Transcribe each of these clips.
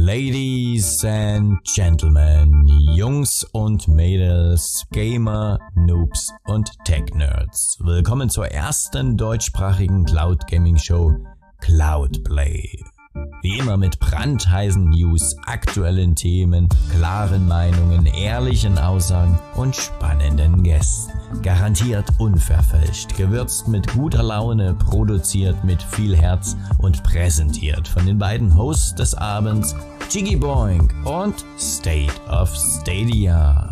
Ladies and Gentlemen, Jungs und Mädels, Gamer, Noobs und Tech-Nerds. Willkommen zur ersten deutschsprachigen Cloud Gaming Show Cloudplay. Wie immer mit brandheißen News, aktuellen Themen, klaren Meinungen, ehrlichen Aussagen und spannenden Gästen. Garantiert unverfälscht, gewürzt mit guter Laune, produziert mit viel Herz und präsentiert von den beiden Hosts des Abends, Jiggy Boing und State of Stadia.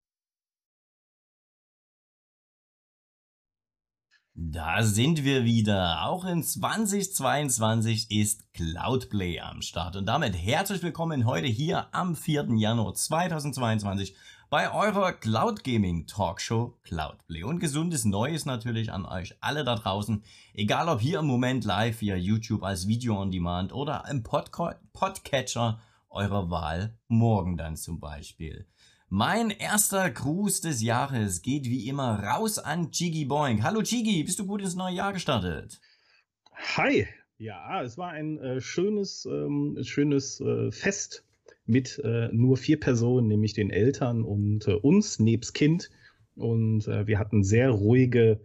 Da sind wir wieder. Auch in 2022 ist Cloudplay am Start. Und damit herzlich willkommen heute hier am 4. Januar 2022 bei eurer Cloud Gaming Talkshow Cloudplay. Und gesundes Neues natürlich an euch alle da draußen. Egal ob hier im Moment live via YouTube als Video on Demand oder im Podcatcher eurer Wahl, morgen dann zum Beispiel. Mein erster Gruß des Jahres geht wie immer raus an Jiggy Boing. Hallo Jiggy, bist du gut ins neue Jahr gestartet? Hi, ja, es war ein schönes Fest mit nur 4 Personen, nämlich den Eltern und uns nebst Kind. Und wir hatten einen sehr ruhigen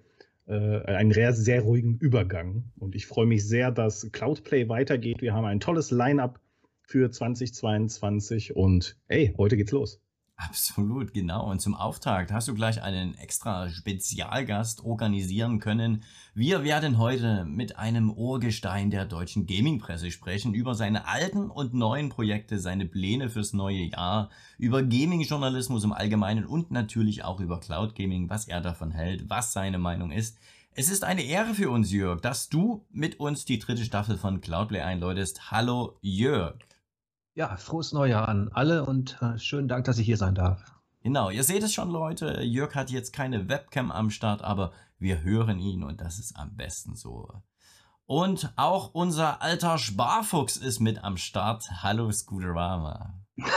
Übergang. Und ich freue mich sehr, dass Cloudplay weitergeht. Wir haben ein tolles Line-Up für 2022 und hey, heute geht's los. Absolut, genau. Und zum Auftakt hast du gleich einen extra Spezialgast organisieren können. Wir werden heute mit einem Urgestein der deutschen Gaming-Presse sprechen, über seine alten und neuen Projekte, seine Pläne fürs neue Jahr, über Gaming-Journalismus im Allgemeinen und natürlich auch über Cloud Gaming, was er davon hält, was seine Meinung ist. Es ist eine Ehre für uns, Jörg, dass du mit uns die 3. Staffel von Cloudplay einläutest. Hallo, Jörg. Ja, frohes Neujahr an alle und schönen Dank, dass ich hier sein darf. Genau, ihr seht es schon, Leute, Jörg hat jetzt keine Webcam am Start, aber wir hören ihn und das ist am besten so. Und auch unser alter Sparfuchs ist mit am Start. Hallo, Scooterama.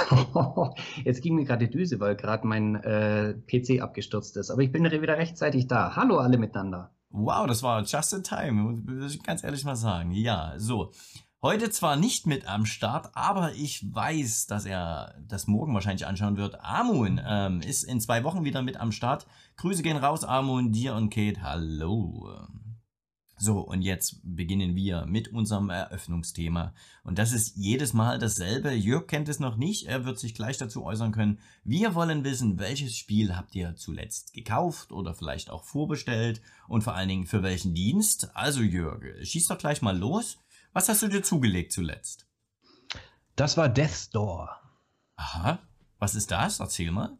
Jetzt ging mir gerade die Düse, weil gerade mein PC abgestürzt ist, aber ich bin wieder rechtzeitig da. Hallo alle miteinander. Wow, das war just in time, muss ich ganz ehrlich mal sagen. Ja, so. Heute zwar nicht mit am Start, aber ich weiß, dass er das morgen wahrscheinlich anschauen wird. Amun ist in 2 Wochen wieder mit am Start. Grüße gehen raus, Amun, dir und Kate. Hallo. So, und jetzt beginnen wir mit unserem Eröffnungsthema. Und das ist jedes Mal dasselbe. Jörg kennt es noch nicht, er wird sich gleich dazu äußern können. Wir wollen wissen, welches Spiel habt ihr zuletzt gekauft oder vielleicht auch vorbestellt und vor allen Dingen für welchen Dienst? Also Jörg, schieß doch gleich mal los. Was hast du dir zugelegt zuletzt? Das war Death's Door. Aha, was ist das? Erzähl mal.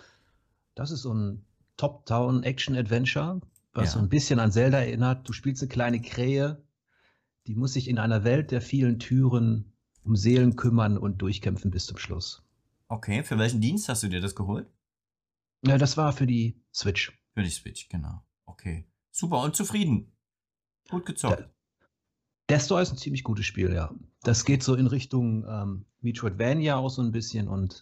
Das ist so ein Top-Down-Action-Adventure, was so Ja. ein bisschen an Zelda erinnert. Du spielst eine kleine Krähe, die muss sich in einer Welt der vielen Türen um Seelen kümmern und durchkämpfen bis zum Schluss. Okay, für welchen Dienst hast du dir das geholt? Ja, das war für die Switch. Für die Switch, genau. Okay, super und zufrieden. Gut gezockt. Death's Door ist ein ziemlich gutes Spiel, ja. Das geht so in Richtung Metroidvania auch so ein bisschen und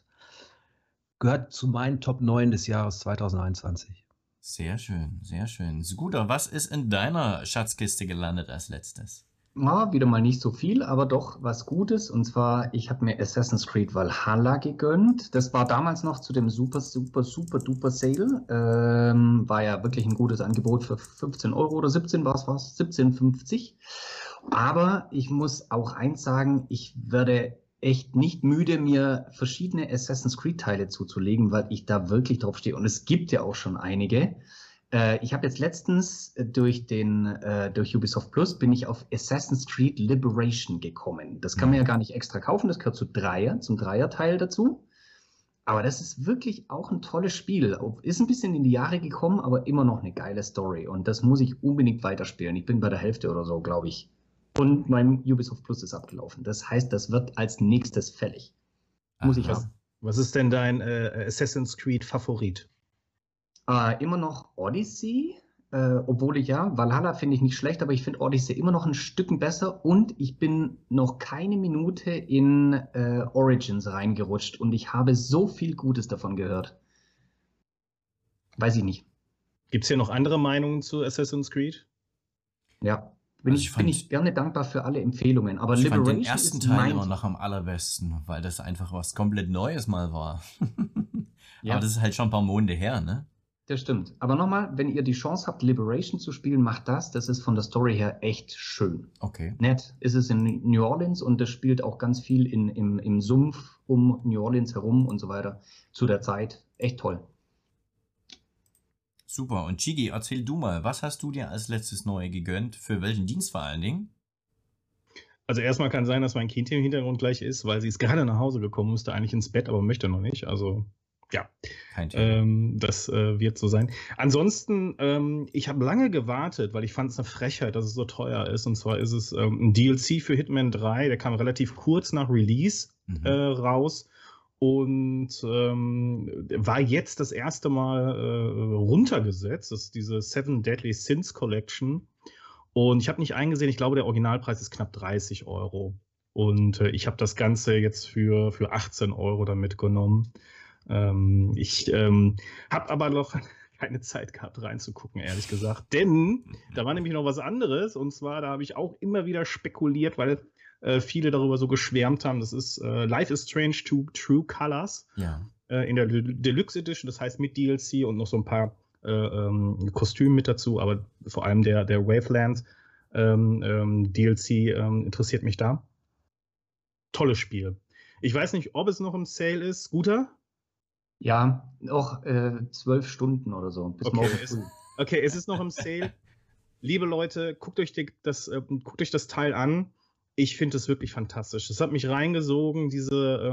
gehört zu meinen Top 9 des Jahres 2021. Sehr schön, sehr schön. Scooter, was ist in deiner Schatzkiste gelandet als letztes? Wieder mal nicht so viel, aber doch was Gutes. Und zwar, ich habe mir Assassin's Creed Valhalla gegönnt. Das war damals noch zu dem super duper Sale. War ja wirklich ein gutes Angebot für 15 Euro oder 17 war es, 17,50. Aber ich muss auch eins sagen, ich werde echt nicht müde, mir verschiedene Assassin's Creed Teile zuzulegen, weil ich da wirklich drauf stehe. Und es gibt ja auch schon einige. Ich habe jetzt letztens durch Ubisoft Plus bin ich auf Assassin's Creed Liberation gekommen. Das kann man ja gar nicht extra kaufen, das gehört zum Dreierteil dazu. Aber das ist wirklich auch ein tolles Spiel. Ist ein bisschen in die Jahre gekommen, aber immer noch eine geile Story. Und das muss ich unbedingt weiterspielen. Ich bin bei der Hälfte oder so, glaube ich. Und mein Ubisoft Plus ist abgelaufen. Das heißt, das wird als nächstes fällig. Muss ich haben. Was ist denn dein Assassin's Creed Favorit? Immer noch Odyssey, obwohl Valhalla finde ich nicht schlecht, aber ich finde Odyssey immer noch ein Stück besser und ich bin noch keine Minute in Origins reingerutscht und ich habe so viel Gutes davon gehört. Weiß ich nicht. Gibt es hier noch andere Meinungen zu Assassin's Creed? Ja, Bin ich gerne dankbar für alle Empfehlungen. Aber ich fand Liberation den ersten ist Teil immer noch am allerbesten, weil das einfach was komplett Neues mal war. Ja. Aber das ist halt schon ein paar Monate her, ne? Das stimmt. Aber nochmal, wenn ihr die Chance habt, Liberation zu spielen, macht das. Das ist von der Story her echt schön. Okay. Nett ist es in New Orleans und das spielt auch ganz viel im Sumpf um New Orleans herum und so weiter zu der Zeit. Echt toll. Super. Und Chigi, erzähl du mal, was hast du dir als letztes Neue gegönnt? Für welchen Dienst vor allen Dingen? Also erstmal kann sein, dass mein Kind hier im Hintergrund gleich ist, weil sie ist gerade nach Hause gekommen, musste eigentlich ins Bett, aber möchte noch nicht. Also ja, Kein Thema. das wird so sein. Ansonsten, ich habe lange gewartet, weil ich fand es eine Frechheit, dass es so teuer ist. Und zwar ist es ein DLC für Hitman 3, der kam relativ kurz nach Release raus und war jetzt das erste Mal runtergesetzt. Das ist diese Seven Deadly Sins Collection. Und ich habe nicht eingesehen, ich glaube, der Originalpreis ist knapp 30 €. Und ich habe das Ganze jetzt für 18 € da mitgenommen. Ich habe aber noch keine Zeit gehabt, reinzugucken, ehrlich gesagt. Denn da war nämlich noch was anderes. Und zwar, da habe ich auch immer wieder spekuliert, weil viele darüber so geschwärmt haben. Das ist Life is Strange 2 True Colors in der Deluxe Edition. Das heißt mit DLC und noch so ein paar Kostümen mit dazu. Aber vor allem der Waveland DLC interessiert mich da. Tolles Spiel. Ich weiß nicht, ob es noch im Sale ist. Scooter? Ja, noch 12 Stunden oder so. Bis morgen früh. Okay, es ist noch im Sale. Liebe Leute, guckt euch das Teil an. Ich finde es wirklich fantastisch. Es hat mich reingesogen, diese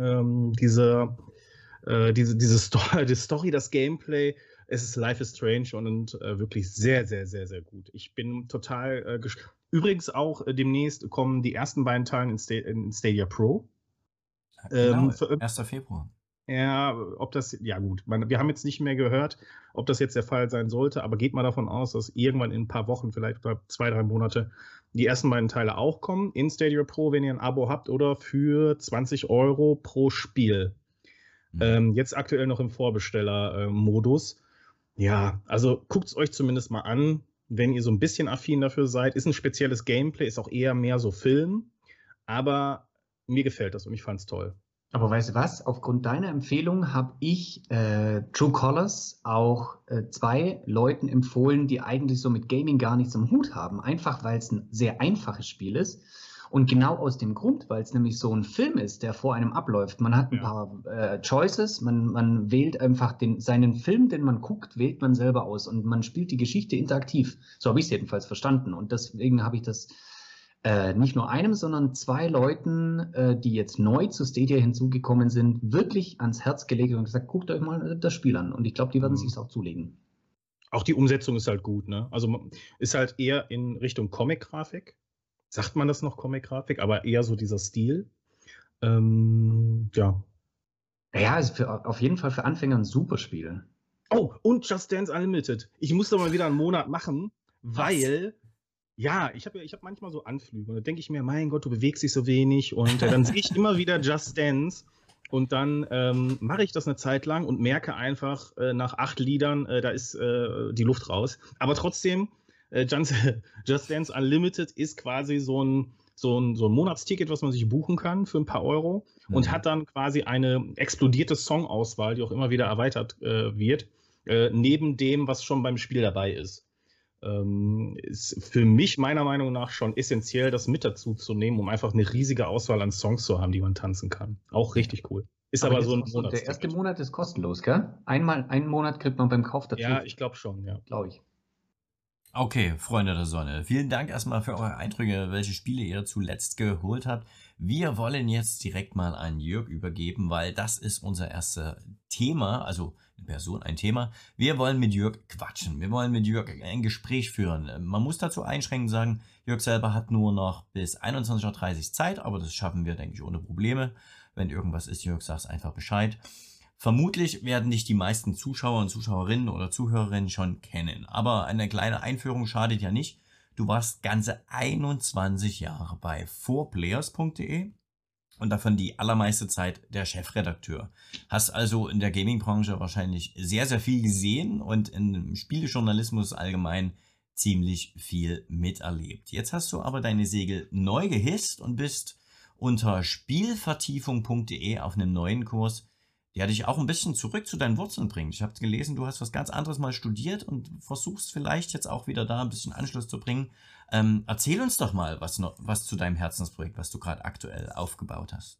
Story, das Gameplay. Es ist Life is Strange und wirklich sehr, sehr, sehr, sehr gut. Ich bin total übrigens auch demnächst kommen die ersten beiden Teile in Stadia Pro. Genau, 1. Februar. Ja, gut. Wir haben jetzt nicht mehr gehört, ob das jetzt der Fall sein sollte, aber geht mal davon aus, dass irgendwann in ein paar Wochen, vielleicht 2-3 Monate, die ersten beiden Teile auch kommen. In Stadia Pro, wenn ihr ein Abo habt, oder für 20 € pro Spiel. Jetzt aktuell noch im Vorbesteller-Modus. Ja, also guckt es euch zumindest mal an, wenn ihr so ein bisschen affin dafür seid. Ist ein spezielles Gameplay, ist auch eher mehr so Film, aber mir gefällt das und ich fand es toll. Aber weißt du was? Aufgrund deiner Empfehlung habe ich True Colors auch 2 Leuten empfohlen, die eigentlich so mit Gaming gar nichts am Hut haben. Einfach, weil es ein sehr einfaches Spiel ist. Und genau aus dem Grund, weil es nämlich so ein Film ist, der vor einem abläuft. Man hat ein paar Choices, man wählt einfach seinen Film, den man guckt, wählt man selber aus. Und man spielt die Geschichte interaktiv. So habe ich es jedenfalls verstanden. Und deswegen habe ich das nicht nur einem, sondern 2 Leuten, die jetzt neu zu Stadia hinzugekommen sind, wirklich ans Herz gelegt und gesagt, guckt euch mal das Spiel an. Und ich glaube, die werden sich auch zulegen. Auch die Umsetzung ist halt gut, ne? Also ist halt eher in Richtung Comic-Grafik. Sagt man das noch Comic-Grafik, aber eher so dieser Stil. Ja. Ja, ist auf jeden Fall für Anfänger ein super Spiel. Oh, und Just Dance Unlimited. Ich muss da mal wieder einen Monat machen, weil... Ja, ich hab manchmal so Anflüge und da denke ich mir, mein Gott, du bewegst dich so wenig und dann sehe ich immer wieder Just Dance und dann mache ich das eine Zeit lang und merke einfach nach 8 Liedern, da ist die Luft raus. Aber trotzdem, Just Dance Unlimited ist quasi so ein Monatsticket, was man sich buchen kann für ein paar Euro und hat dann quasi eine explodierte Songauswahl, die auch immer wieder erweitert wird, neben dem, was schon beim Spiel dabei ist. Ist für mich meiner Meinung nach schon essentiell, das mit dazu zu nehmen, um einfach eine riesige Auswahl an Songs zu haben, die man tanzen kann. Auch richtig cool. Ist aber so ein Monat. Der erste Monat ist kostenlos, gell? Einen Monat kriegt man beim Kauf dazu. Ja, ich glaube schon, ja. Glaube ich. Okay, Freunde der Sonne, vielen Dank erstmal für eure Eindrücke, welche Spiele ihr zuletzt geholt habt. Wir wollen jetzt direkt mal an Jörg übergeben, weil das ist unser erstes Thema, also eine Person, ein Thema. Wir wollen mit Jörg quatschen, wir wollen mit Jörg ein Gespräch führen. Man muss dazu einschränkend sagen, Jörg selber hat nur noch bis 21:30 Uhr Zeit, aber das schaffen wir, denke ich, ohne Probleme. Wenn irgendwas ist, Jörg, sag's einfach Bescheid. Vermutlich werden dich die meisten Zuschauer und Zuschauerinnen oder Zuhörerinnen schon kennen. Aber eine kleine Einführung schadet ja nicht. Du warst ganze 21 Jahre bei 4players.de und davon die allermeiste Zeit der Chefredakteur. Hast also in der Gaming-Branche wahrscheinlich sehr, sehr viel gesehen und im Spielejournalismus allgemein ziemlich viel miterlebt. Jetzt hast du aber deine Segel neu gehisst und bist unter spielvertiefung.de auf einem neuen Kurs, der dich auch ein bisschen zurück zu deinen Wurzeln bringt. Ich habe gelesen, du hast was ganz anderes mal studiert und versuchst vielleicht jetzt auch wieder da ein bisschen Anschluss zu bringen. Erzähl uns doch mal was zu deinem Herzensprojekt, was du gerade aktuell aufgebaut hast.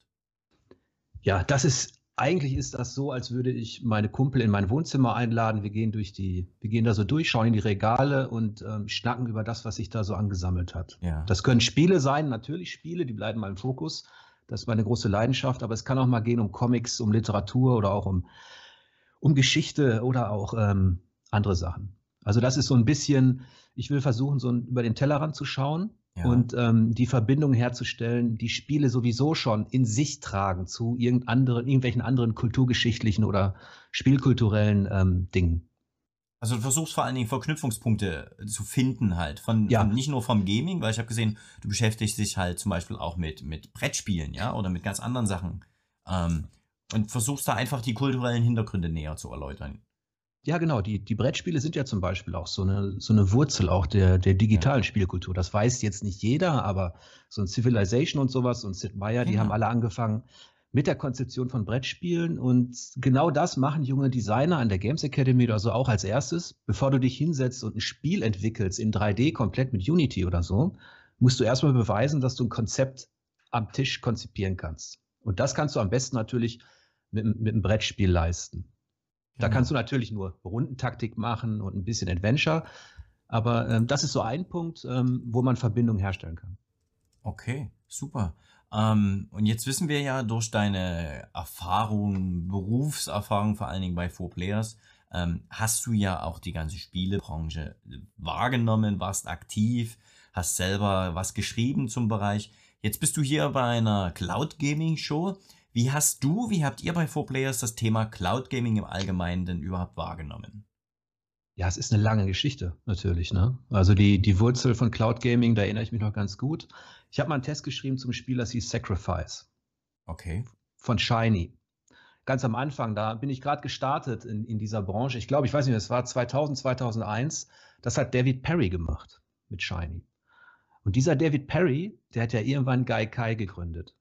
Ja, eigentlich ist das so, als würde ich meine Kumpel in mein Wohnzimmer einladen. Wir gehen da so durch, schauen in die Regale und schnacken über das, was sich da so angesammelt hat. Ja. Das können Spiele sein, natürlich Spiele, die bleiben mal im Fokus. Das ist meine große Leidenschaft, aber es kann auch mal gehen um Comics, um Literatur oder auch um Geschichte oder auch andere Sachen. Also das ist so ein bisschen, ich will versuchen, über den Tellerrand zu schauen. Ja. Und die Verbindung herzustellen, die Spiele sowieso schon in sich tragen zu irgendwelchen anderen kulturgeschichtlichen oder spielkulturellen Dingen. Also du versuchst vor allen Dingen Verknüpfungspunkte zu finden halt, von nicht nur vom Gaming, weil ich habe gesehen, du beschäftigst dich halt zum Beispiel auch mit Brettspielen, ja, oder mit ganz anderen Sachen und versuchst da einfach die kulturellen Hintergründe näher zu erläutern. Ja, genau. Die Brettspiele sind ja zum Beispiel auch so eine Wurzel auch der digitalen Spielkultur. Das weiß jetzt nicht jeder, aber so ein Civilization und sowas und Sid Meier, die haben alle angefangen mit der Konzeption von Brettspielen. Und genau das machen junge Designer an der Games Academy oder so auch als erstes. Bevor du dich hinsetzt und ein Spiel entwickelst in 3D, komplett mit Unity oder so, musst du erstmal beweisen, dass du ein Konzept am Tisch konzipieren kannst. Und das kannst du am besten natürlich mit einem Brettspiel leisten. Da kannst du natürlich nur Rundentaktik machen und ein bisschen Adventure, aber das ist so ein Punkt, wo man Verbindungen herstellen kann. Okay, super. Und jetzt wissen wir ja durch deine Erfahrung, Berufserfahrung vor allen Dingen bei 4Players, hast du ja auch die ganze Spielebranche wahrgenommen, warst aktiv, hast selber was geschrieben zum Bereich. Jetzt bist du hier bei einer Cloud Gaming Show. Wie habt ihr bei 4Players das Thema Cloud Gaming im Allgemeinen denn überhaupt wahrgenommen? Ja, es ist eine lange Geschichte natürlich, ne? Also die Wurzel von Cloud Gaming, da erinnere ich mich noch ganz gut. Ich habe mal einen Test geschrieben zum Spiel, das hieß Sacrifice. Okay. Von Shiny. Ganz am Anfang, da bin ich gerade gestartet in dieser Branche. Ich weiß nicht, das war 2000, 2001. Das hat David Perry gemacht mit Shiny. Und dieser David Perry, der hat ja irgendwann Gaikai gegründet.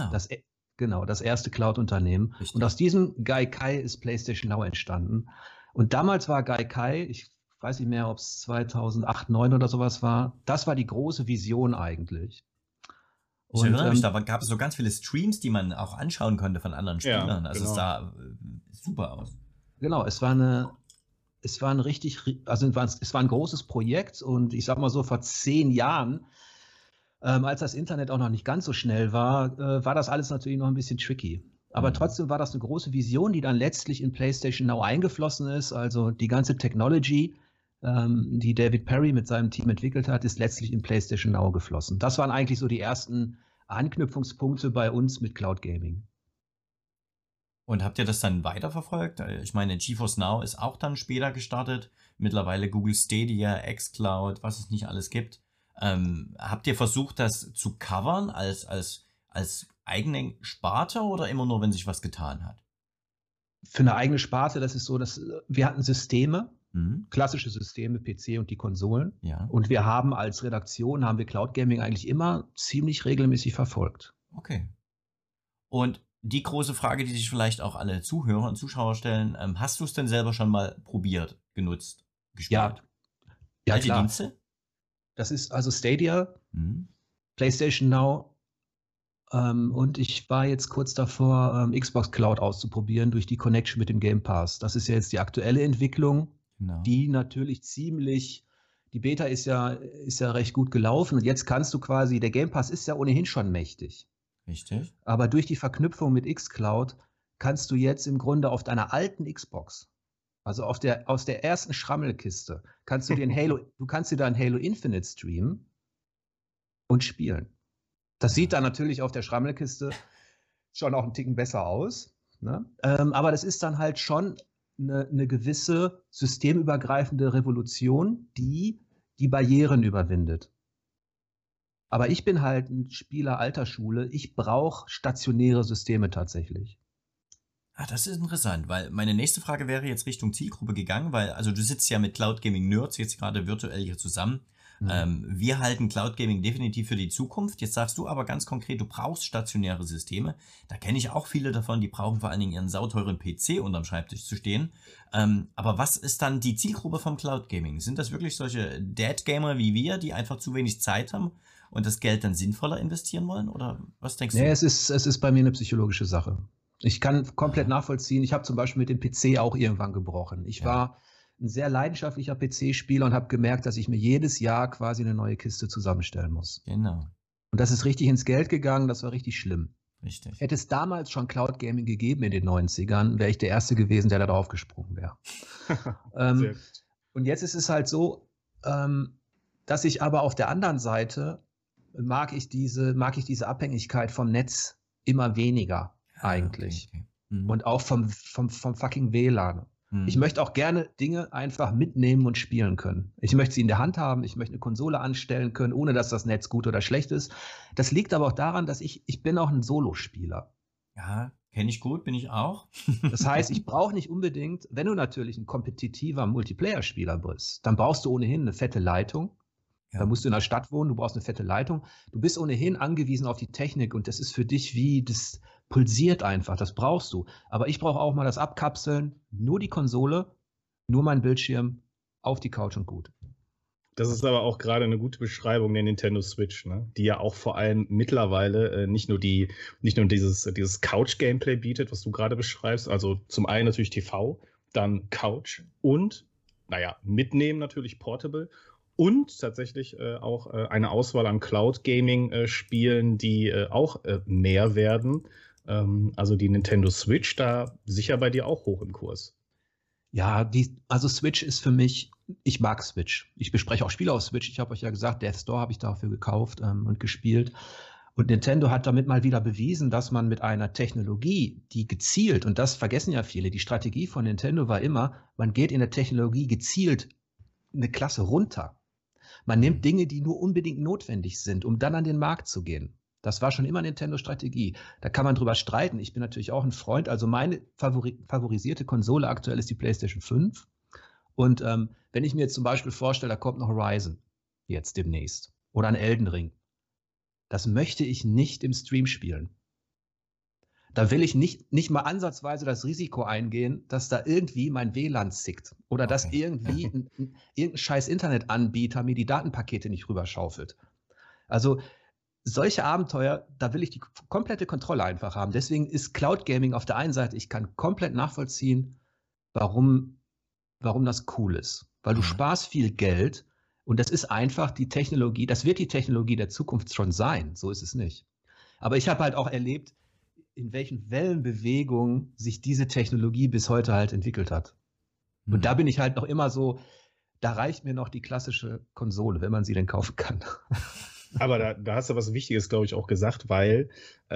Genau. Das erste Cloud-Unternehmen. Und aus diesem Gaikai ist PlayStation Now entstanden. Und damals war Gaikai, ich weiß nicht mehr, ob es 2008, 2009 oder sowas war, das war die große Vision eigentlich. Ich erinnere mich, da gab es so ganz viele Streams, die man auch anschauen konnte von anderen Spielern. Ja, also es sah super aus. Genau, es war ein großes Projekt und ich sag mal so, vor 10 Jahren, als das Internet auch noch nicht ganz so schnell war, war das alles natürlich noch ein bisschen tricky. Aber trotzdem war das eine große Vision, die dann letztlich in PlayStation Now eingeflossen ist. Also die ganze Technology, die David Perry mit seinem Team entwickelt hat, ist letztlich in PlayStation Now geflossen. Das waren eigentlich so die ersten Anknüpfungspunkte bei uns mit Cloud Gaming. Und habt ihr das dann weiterverfolgt? Ich meine, GeForce Now ist auch dann später gestartet. Mittlerweile Google Stadia, xCloud, was es nicht alles gibt. Habt ihr versucht, das zu covern als eigene Sparte oder immer nur, wenn sich was getan hat? Für eine eigene Sparte, das ist so, dass wir hatten Systeme, klassische Systeme, PC und die Konsolen. Ja. Und wir haben als Redaktion, Cloud Gaming eigentlich immer ziemlich regelmäßig verfolgt. Okay. Und die große Frage, die sich vielleicht auch alle Zuhörer und Zuschauer stellen, hast du es denn selber schon mal probiert, genutzt, gespielt? Ja, welche klar. Dienste? Das ist also Stadia, PlayStation Now, und ich war jetzt kurz davor, Xbox Cloud auszuprobieren durch die Connection mit dem Game Pass. Das ist ja jetzt die aktuelle Entwicklung, die natürlich die Beta ist ja recht gut gelaufen und jetzt kannst du quasi, der Game Pass ist ja ohnehin schon mächtig. Richtig. Aber durch die Verknüpfung mit xCloud kannst du jetzt im Grunde auf deiner alten Xbox, also aus der ersten Schrammelkiste, kannst du dir ein Halo Infinite streamen und spielen. Das sieht dann natürlich auf der Schrammelkiste schon auch einen Ticken besser aus, ne? Aber das ist dann halt schon eine gewisse systemübergreifende Revolution, die Barrieren überwindet. Aber ich bin halt ein Spieler alter Schule. Ich brauche stationäre Systeme tatsächlich. Ah, das ist interessant, weil meine nächste Frage wäre jetzt Richtung Zielgruppe gegangen, weil, also du sitzt ja mit Cloud Gaming Nerds jetzt gerade virtuell hier zusammen. Wir halten Cloud Gaming definitiv für die Zukunft. Jetzt sagst du aber ganz konkret, du brauchst stationäre Systeme. Da kenne ich auch viele davon, die brauchen vor allen Dingen ihren sauteuren PC unterm Schreibtisch zu stehen. Aber was ist dann die Zielgruppe vom Cloud Gaming? Sind das wirklich solche Dead Gamer wie wir, die einfach zu wenig Zeit haben und das Geld dann sinnvoller investieren wollen? Oder was denkst du? Nee, es ist bei mir eine psychologische Sache. Ich kann komplett nachvollziehen. Ich habe zum Beispiel mit dem PC auch irgendwann gebrochen. Ich war ein sehr leidenschaftlicher PC-Spieler und habe gemerkt, dass ich mir jedes Jahr quasi eine neue Kiste zusammenstellen muss. Genau. Und das ist richtig ins Geld gegangen, das war richtig schlimm. Richtig. Hätte es damals schon Cloud Gaming gegeben in den 90ern, wäre ich der Erste gewesen, der da drauf gesprungen wäre. Und jetzt ist es halt so, dass ich aber auf der anderen Seite mag ich diese Abhängigkeit vom Netz immer weniger eigentlich. Okay. Und auch vom fucking WLAN. Ich möchte auch gerne Dinge einfach mitnehmen und spielen können. Ich möchte sie in der Hand haben, ich möchte eine Konsole anstellen können, ohne dass das Netz gut oder schlecht ist. Das liegt aber auch daran, dass ich bin auch ein Solospieler. Ja, kenne ich gut, bin ich auch. Das heißt, ich brauche nicht unbedingt, wenn du natürlich ein kompetitiver Multiplayer-Spieler bist, dann brauchst du ohnehin eine fette Leitung. Ja. Da musst du in der Stadt wohnen, du brauchst eine fette Leitung. Du bist ohnehin angewiesen auf die Technik und das ist für dich das pulsiert einfach, das brauchst du. Aber ich brauche auch mal das Abkapseln, nur die Konsole, nur mein Bildschirm, auf die Couch und gut. Das ist aber auch gerade eine gute Beschreibung der Nintendo Switch, ne? Die ja auch vor allem mittlerweile nicht nur dieses Couch-Gameplay bietet, was du gerade beschreibst. Also zum einen natürlich TV, dann Couch und, mitnehmen natürlich Portable. Und tatsächlich auch eine Auswahl an Cloud-Gaming-Spielen, die auch mehr werden. Also die Nintendo Switch da sicher bei dir auch hoch im Kurs. Ja, also Switch ist für mich, ich mag Switch. Ich bespreche auch Spiele auf Switch. Ich habe euch ja gesagt, Death Store habe ich dafür gekauft und gespielt. Und Nintendo hat damit mal wieder bewiesen, dass man mit einer Technologie, die gezielt, und das vergessen ja viele, die Strategie von Nintendo war immer, man geht in der Technologie gezielt eine Klasse runter. Man nimmt Dinge, die nur unbedingt notwendig sind, um dann an den Markt zu gehen. Das war schon immer Nintendo-Strategie. Da kann man drüber streiten. Ich bin natürlich auch ein Freund. Also meine favorisierte Konsole aktuell ist die PlayStation 5. Und wenn ich mir jetzt zum Beispiel vorstelle, da kommt noch Horizon jetzt demnächst oder ein Elden Ring, das möchte ich nicht im Stream spielen. Da will ich nicht mal ansatzweise das Risiko eingehen, dass da irgendwie mein WLAN zickt oder dass irgendwie irgendein scheiß Internetanbieter mir die Datenpakete nicht rüberschaufelt. Also solche Abenteuer, da will ich die komplette Kontrolle einfach haben. Deswegen ist Cloud Gaming auf der einen Seite, ich kann komplett nachvollziehen, warum das cool ist. Weil du sparst viel Geld und das ist einfach die Technologie, das wird die Technologie der Zukunft schon sein. So ist es nicht. Aber ich habe halt auch erlebt, in welchen Wellenbewegungen sich diese Technologie bis heute halt entwickelt hat. Und da bin ich halt noch immer so, da reicht mir noch die klassische Konsole, wenn man sie denn kaufen kann. Aber da hast du was Wichtiges, glaube ich, auch gesagt, weil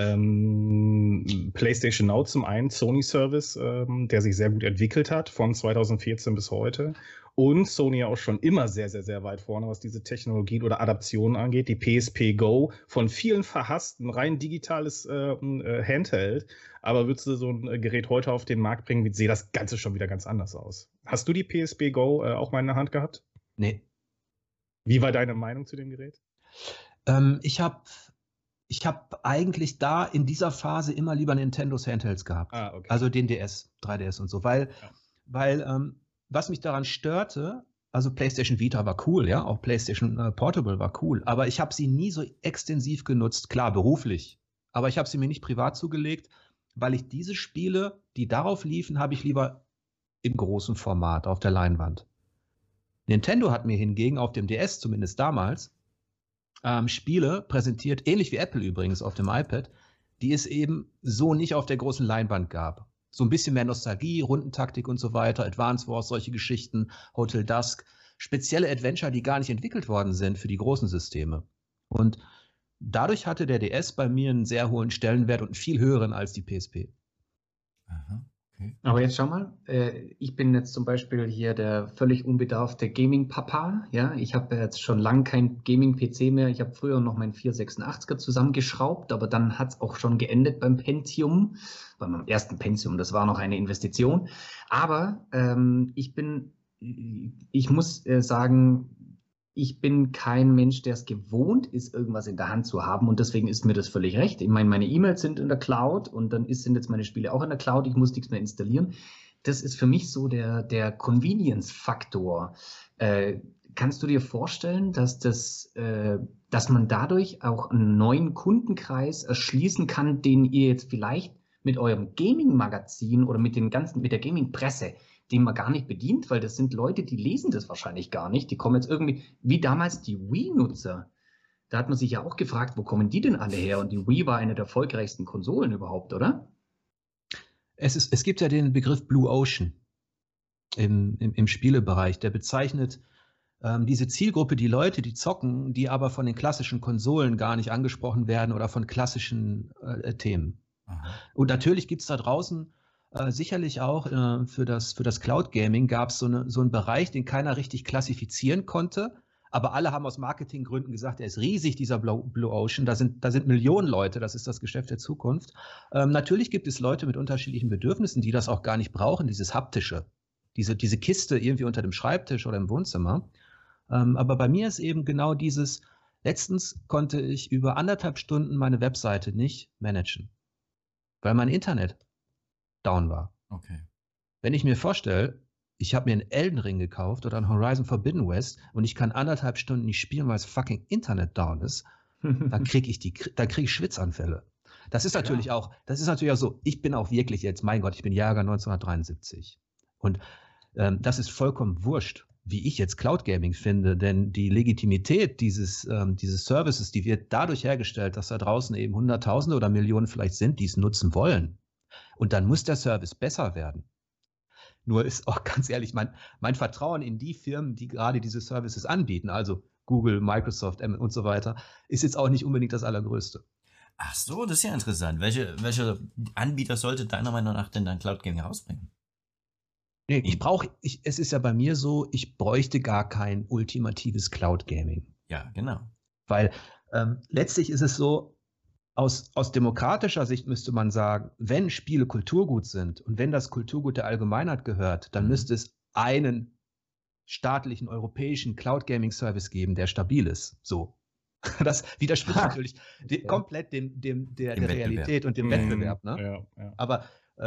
PlayStation Now zum einen Sony-Service, der sich sehr gut entwickelt hat von 2014 bis heute und Sony auch schon immer sehr, sehr, sehr weit vorne, was diese Technologien oder Adaptionen angeht. Die PSP Go von vielen verhassten, rein digitales Handheld. Aber würdest du so ein Gerät heute auf den Markt bringen, sieht das Ganze schon wieder ganz anders aus. Hast du die PSP Go auch mal in der Hand gehabt? Nee. Wie war deine Meinung zu dem Gerät? Ich hab eigentlich da in dieser Phase immer lieber Nintendos Handhelds gehabt. Okay. Also den DS, 3DS und so, weil was mich daran störte, also PlayStation Vita war cool, ja, auch PlayStation Portable war cool, aber ich habe sie nie so extensiv genutzt, klar beruflich, aber ich habe sie mir nicht privat zugelegt, weil ich diese Spiele, die darauf liefen, habe ich lieber im großen Format auf der Leinwand. Nintendo hat mir hingegen auf dem DS, zumindest damals, Spiele präsentiert, ähnlich wie Apple übrigens auf dem iPad, die es eben so nicht auf der großen Leinwand gab. So ein bisschen mehr Nostalgie, Rundentaktik und so weiter, Advance Wars, solche Geschichten, Hotel Dusk, spezielle Adventure, die gar nicht entwickelt worden sind für die großen Systeme. Und dadurch hatte der DS bei mir einen sehr hohen Stellenwert und einen viel höheren als die PSP. Aha, Okay. Aber jetzt schau mal, ich bin jetzt zum Beispiel hier der völlig unbedarfte Gaming-Papa. Ja, ich habe jetzt schon lange kein Gaming-PC mehr. Ich habe früher noch meinen 486er zusammengeschraubt, aber dann hat es auch schon geendet beim Pentium, bei meinem ersten Pentium. Das war noch eine Investition. Aber ich muss sagen, ich bin kein Mensch, der es gewohnt ist, irgendwas in der Hand zu haben, und deswegen ist mir das völlig recht. Ich meine, meine E-Mails sind in der Cloud und dann sind jetzt meine Spiele auch in der Cloud. Ich muss nichts mehr installieren. Das ist für mich so der Convenience-Faktor. Kannst du dir vorstellen, dass man dadurch auch einen neuen Kundenkreis erschließen kann, den ihr jetzt vielleicht mit eurem Gaming-Magazin oder mit der Gaming-Presse, den man gar nicht bedient, weil das sind Leute, die lesen das wahrscheinlich gar nicht. Die kommen jetzt irgendwie, wie damals die Wii-Nutzer. Da hat man sich ja auch gefragt, wo kommen die denn alle her? Und die Wii war eine der erfolgreichsten Konsolen überhaupt, oder? Es gibt ja den Begriff Blue Ocean im Spielebereich, der bezeichnet diese Zielgruppe, die Leute, die zocken, die aber von den klassischen Konsolen gar nicht angesprochen werden oder von klassischen Themen. Aha. Und natürlich gibt es da draußen sicherlich auch für das Cloud Gaming gab es so einen Bereich, den keiner richtig klassifizieren konnte, aber alle haben aus Marketinggründen gesagt, er ist riesig, dieser Blue Ocean, da sind Millionen Leute, das ist das Geschäft der Zukunft. Natürlich gibt es Leute mit unterschiedlichen Bedürfnissen, die das auch gar nicht brauchen, dieses Haptische, diese Kiste irgendwie unter dem Schreibtisch oder im Wohnzimmer. Aber bei mir ist eben genau dieses, letztens konnte ich über 1,5 Stunden meine Webseite nicht managen, weil mein Internet down war. Okay. Wenn ich mir vorstelle, ich habe mir einen Elden Ring gekauft oder ein Horizon Forbidden West und ich kann 1,5 Stunden nicht spielen, weil das fucking Internet down ist, dann kriege ich Schwitzanfälle. Das ist natürlich auch so, ich bin auch wirklich jetzt, mein Gott, ich bin Jahrgang 1973. Und das ist vollkommen wurscht, wie ich jetzt Cloud Gaming finde, denn die Legitimität dieses Services, die wird dadurch hergestellt, dass da draußen eben Hunderttausende oder Millionen vielleicht sind, die es nutzen wollen. Und dann muss der Service besser werden. Nur ist auch ganz ehrlich, mein Vertrauen in die Firmen, die gerade diese Services anbieten, also Google, Microsoft und so weiter, ist jetzt auch nicht unbedingt das allergrößte. Ach so, das ist ja interessant. Welche Anbieter sollte deiner Meinung nach denn dann Cloud Gaming rausbringen? Nee, es ist ja bei mir so, ich bräuchte gar kein ultimatives Cloud Gaming. Ja, genau. Weil letztlich ist es so, aus demokratischer Sicht müsste man sagen, wenn Spiele Kulturgut sind und wenn das Kulturgut der Allgemeinheit gehört, dann müsste es einen staatlichen europäischen Cloud Gaming Service geben, der stabil ist. So. Das widerspricht natürlich komplett der Realität und dem Wettbewerb. Ne? Ja. Aber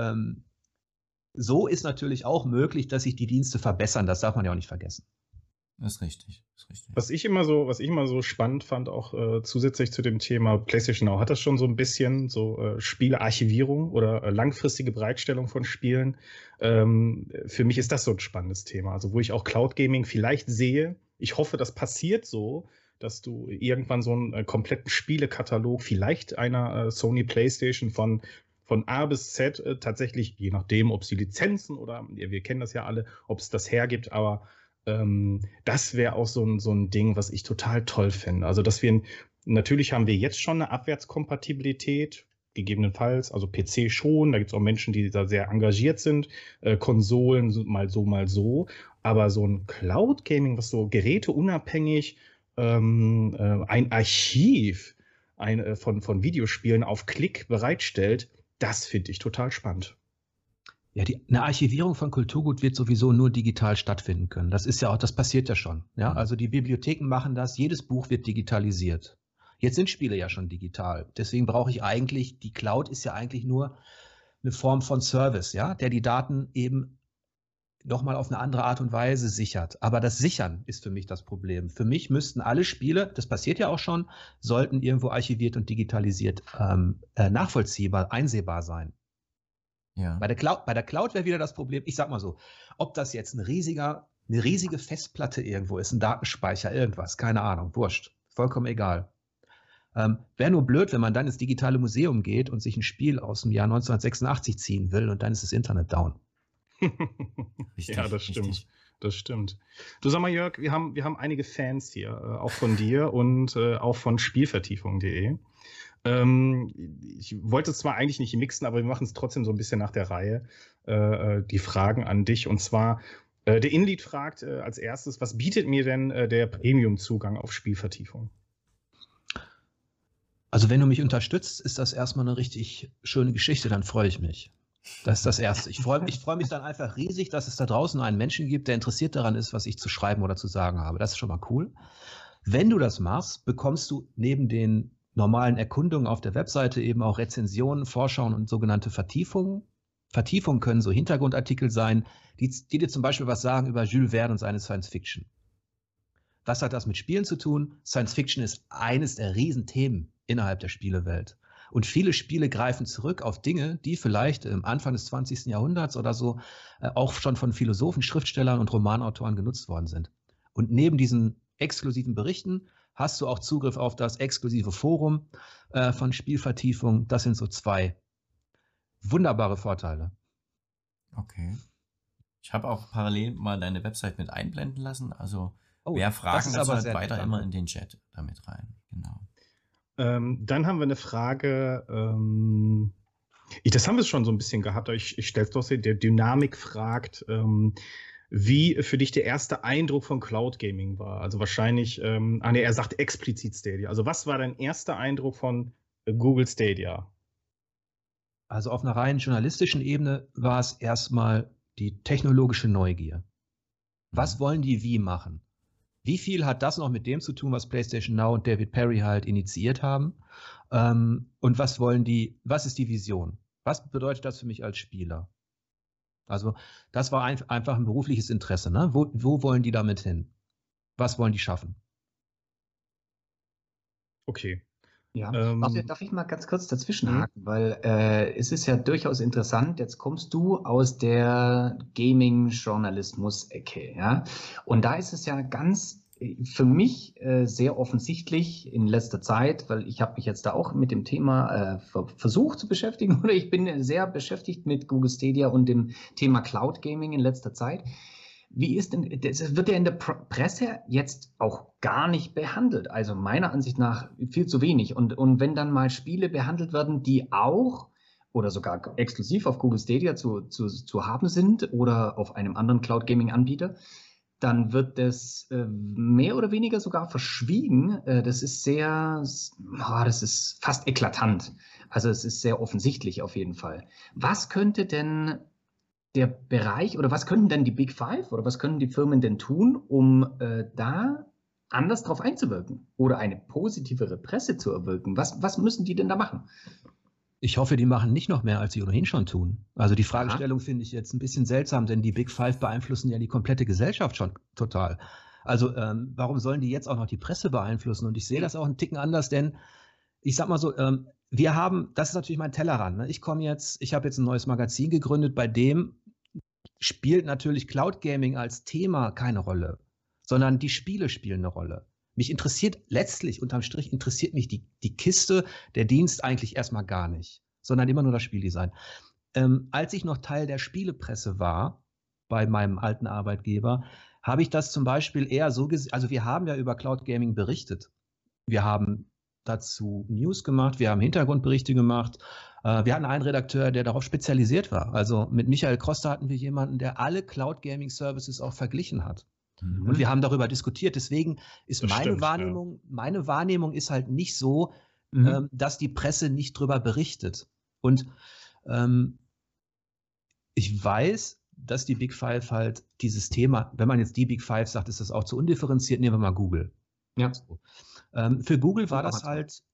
so ist natürlich auch möglich, dass sich die Dienste verbessern. Das darf man ja auch nicht vergessen. Das ist richtig. Was ich immer so spannend fand, auch zusätzlich zu dem Thema PlayStation Now, hat das schon so ein bisschen so Spielearchivierung oder langfristige Bereitstellung von Spielen. Für mich ist das so ein spannendes Thema. Also wo ich auch Cloud Gaming vielleicht sehe, ich hoffe, das passiert so, dass du irgendwann so einen kompletten Spielekatalog, vielleicht einer Sony PlayStation von A bis Z tatsächlich, je nachdem, ob es die Lizenzen oder, wir kennen das ja alle, ob es das hergibt, aber das wäre auch so ein Ding, was ich total toll finde. Also, natürlich haben wir jetzt schon eine Abwärtskompatibilität, gegebenenfalls, also PC schon, da gibt es auch Menschen, die da sehr engagiert sind, Konsolen mal so, aber so ein Cloud-Gaming, was so geräteunabhängig ein Archiv von Videospielen auf Klick bereitstellt, das finde ich total spannend. Ja, eine Archivierung von Kulturgut wird sowieso nur digital stattfinden können. Das passiert ja schon. Ja? Also die Bibliotheken machen das, jedes Buch wird digitalisiert. Jetzt sind Spiele ja schon digital. Deswegen brauche ich eigentlich, die Cloud ist ja eigentlich nur eine Form von Service, ja, der die Daten eben nochmal auf eine andere Art und Weise sichert. Aber das Sichern ist für mich das Problem. Für mich müssten alle Spiele, das passiert ja auch schon, sollten irgendwo archiviert und digitalisiert nachvollziehbar, einsehbar sein. Ja. Bei der Cloud wäre wieder das Problem, ich sag mal so, ob das jetzt eine riesige Festplatte irgendwo ist, ein Datenspeicher, irgendwas, keine Ahnung, wurscht, vollkommen egal. Wäre nur blöd, wenn man dann ins digitale Museum geht und sich ein Spiel aus dem Jahr 1986 ziehen will und dann ist das Internet down. Richtig, ja, das stimmt. Richtig. Das stimmt. Du, sag mal, Jörg, wir haben einige Fans hier, auch von dir und auch von Spielvertiefung.de. Ich wollte es zwar eigentlich nicht mixen, aber wir machen es trotzdem so ein bisschen nach der Reihe. Die Fragen an dich. Und zwar, der Inlead fragt als erstes, was bietet mir denn der Premium-Zugang auf Spielvertiefung? Also wenn du mich unterstützt, ist das erstmal eine richtig schöne Geschichte, dann freue ich mich. Das ist das Erste. Ich freu mich dann einfach riesig, dass es da draußen einen Menschen gibt, der interessiert daran ist, was ich zu schreiben oder zu sagen habe. Das ist schon mal cool. Wenn du das machst, bekommst du neben den normalen Erkundungen auf der Webseite eben auch Rezensionen, Vorschauen und sogenannte Vertiefungen. Vertiefungen können so Hintergrundartikel sein, die dir zum Beispiel was sagen über Jules Verne und seine Science Fiction. Was hat das mit Spielen zu tun? Science Fiction ist eines der Riesenthemen innerhalb der Spielewelt. Und viele Spiele greifen zurück auf Dinge, die vielleicht im Anfang des 20. Jahrhunderts oder so auch schon von Philosophen, Schriftstellern und Romanautoren genutzt worden sind. Und neben diesen exklusiven Berichten hast du auch Zugriff auf das exklusive Forum von Spielvertiefung. Das sind so 2 wunderbare Vorteile. Okay. Ich habe auch parallel mal deine Website mit einblenden lassen. Also wer Fragen dazu hat, weiter immer in den Chat damit rein. Genau. Dann haben wir eine Frage, das haben wir schon so ein bisschen gehabt, aber ich stelle es doch so, der Dynamik fragt, wie für dich der erste Eindruck von Cloud Gaming war. Also wahrscheinlich, er sagt explizit Stadia. Also was war dein erster Eindruck von Google Stadia? Also auf einer rein journalistischen Ebene war es erstmal die technologische Neugier. Was wollen die wie machen? Wie viel hat das noch mit dem zu tun, was PlayStation Now und David Perry halt initiiert haben? Und was ist die Vision? Was bedeutet das für mich als Spieler? Also das war einfach ein berufliches Interesse. Ne? Wo wollen die damit hin? Was wollen die schaffen? Okay. Ja, darf ich mal ganz kurz dazwischenhaken, weil es ist ja durchaus interessant, jetzt kommst du aus der Gaming-Journalismus-Ecke, ja, und da ist es ja ganz für mich sehr offensichtlich in letzter Zeit, weil ich habe mich jetzt da auch mit dem Thema versucht zu beschäftigen, oder ich bin sehr beschäftigt mit Google Stadia und dem Thema Cloud Gaming in letzter Zeit. Wie ist denn, das wird ja in der Presse jetzt auch gar nicht behandelt, also meiner Ansicht nach viel zu wenig. Und wenn dann mal Spiele behandelt werden, die auch oder sogar exklusiv auf Google Stadia zu haben sind oder auf einem anderen Cloud Gaming Anbieter, dann wird das mehr oder weniger sogar verschwiegen. Das ist das ist fast eklatant. Also es ist sehr offensichtlich auf jeden Fall. Was könnte denn der Bereich oder was könnten denn die Big Five oder was können die Firmen denn tun, um da anders drauf einzuwirken oder eine positivere Presse zu erwirken? Was müssen die denn da machen? Ich hoffe, die machen nicht noch mehr, als sie ohnehin schon tun. Also die Fragestellung finde ich jetzt ein bisschen seltsam, denn die Big Five beeinflussen ja die komplette Gesellschaft schon total. Also warum sollen die jetzt auch noch die Presse beeinflussen? Und ich sehe das auch einen Ticken anders, denn ich sag mal so, das ist natürlich mein Tellerrand. Ne? Ich habe jetzt ein neues Magazin gegründet, bei dem spielt natürlich Cloud Gaming als Thema keine Rolle, sondern die Spiele spielen eine Rolle. Mich interessiert letztlich, unterm Strich, interessiert mich die Kiste, der Dienst eigentlich erstmal gar nicht, sondern immer nur das Spieldesign. Als ich noch Teil der Spielepresse war, bei meinem alten Arbeitgeber, habe ich das zum Beispiel eher so gesehen, also wir haben ja über Cloud Gaming berichtet. Wir haben dazu News gemacht, wir haben Hintergrundberichte gemacht. Wir hatten einen Redakteur, der darauf spezialisiert war. Also mit Michael Kroster hatten wir jemanden, der alle Cloud Gaming Services auch verglichen hat. Mhm. Und wir haben darüber diskutiert. Deswegen ist meine Wahrnehmung ist halt nicht so, dass die Presse nicht drüber berichtet. Und ich weiß, dass die Big Five halt dieses Thema, wenn man jetzt die Big Five sagt, ist das auch zu undifferenziert, nehmen wir mal Google. Ja. So. Für Google war das halt,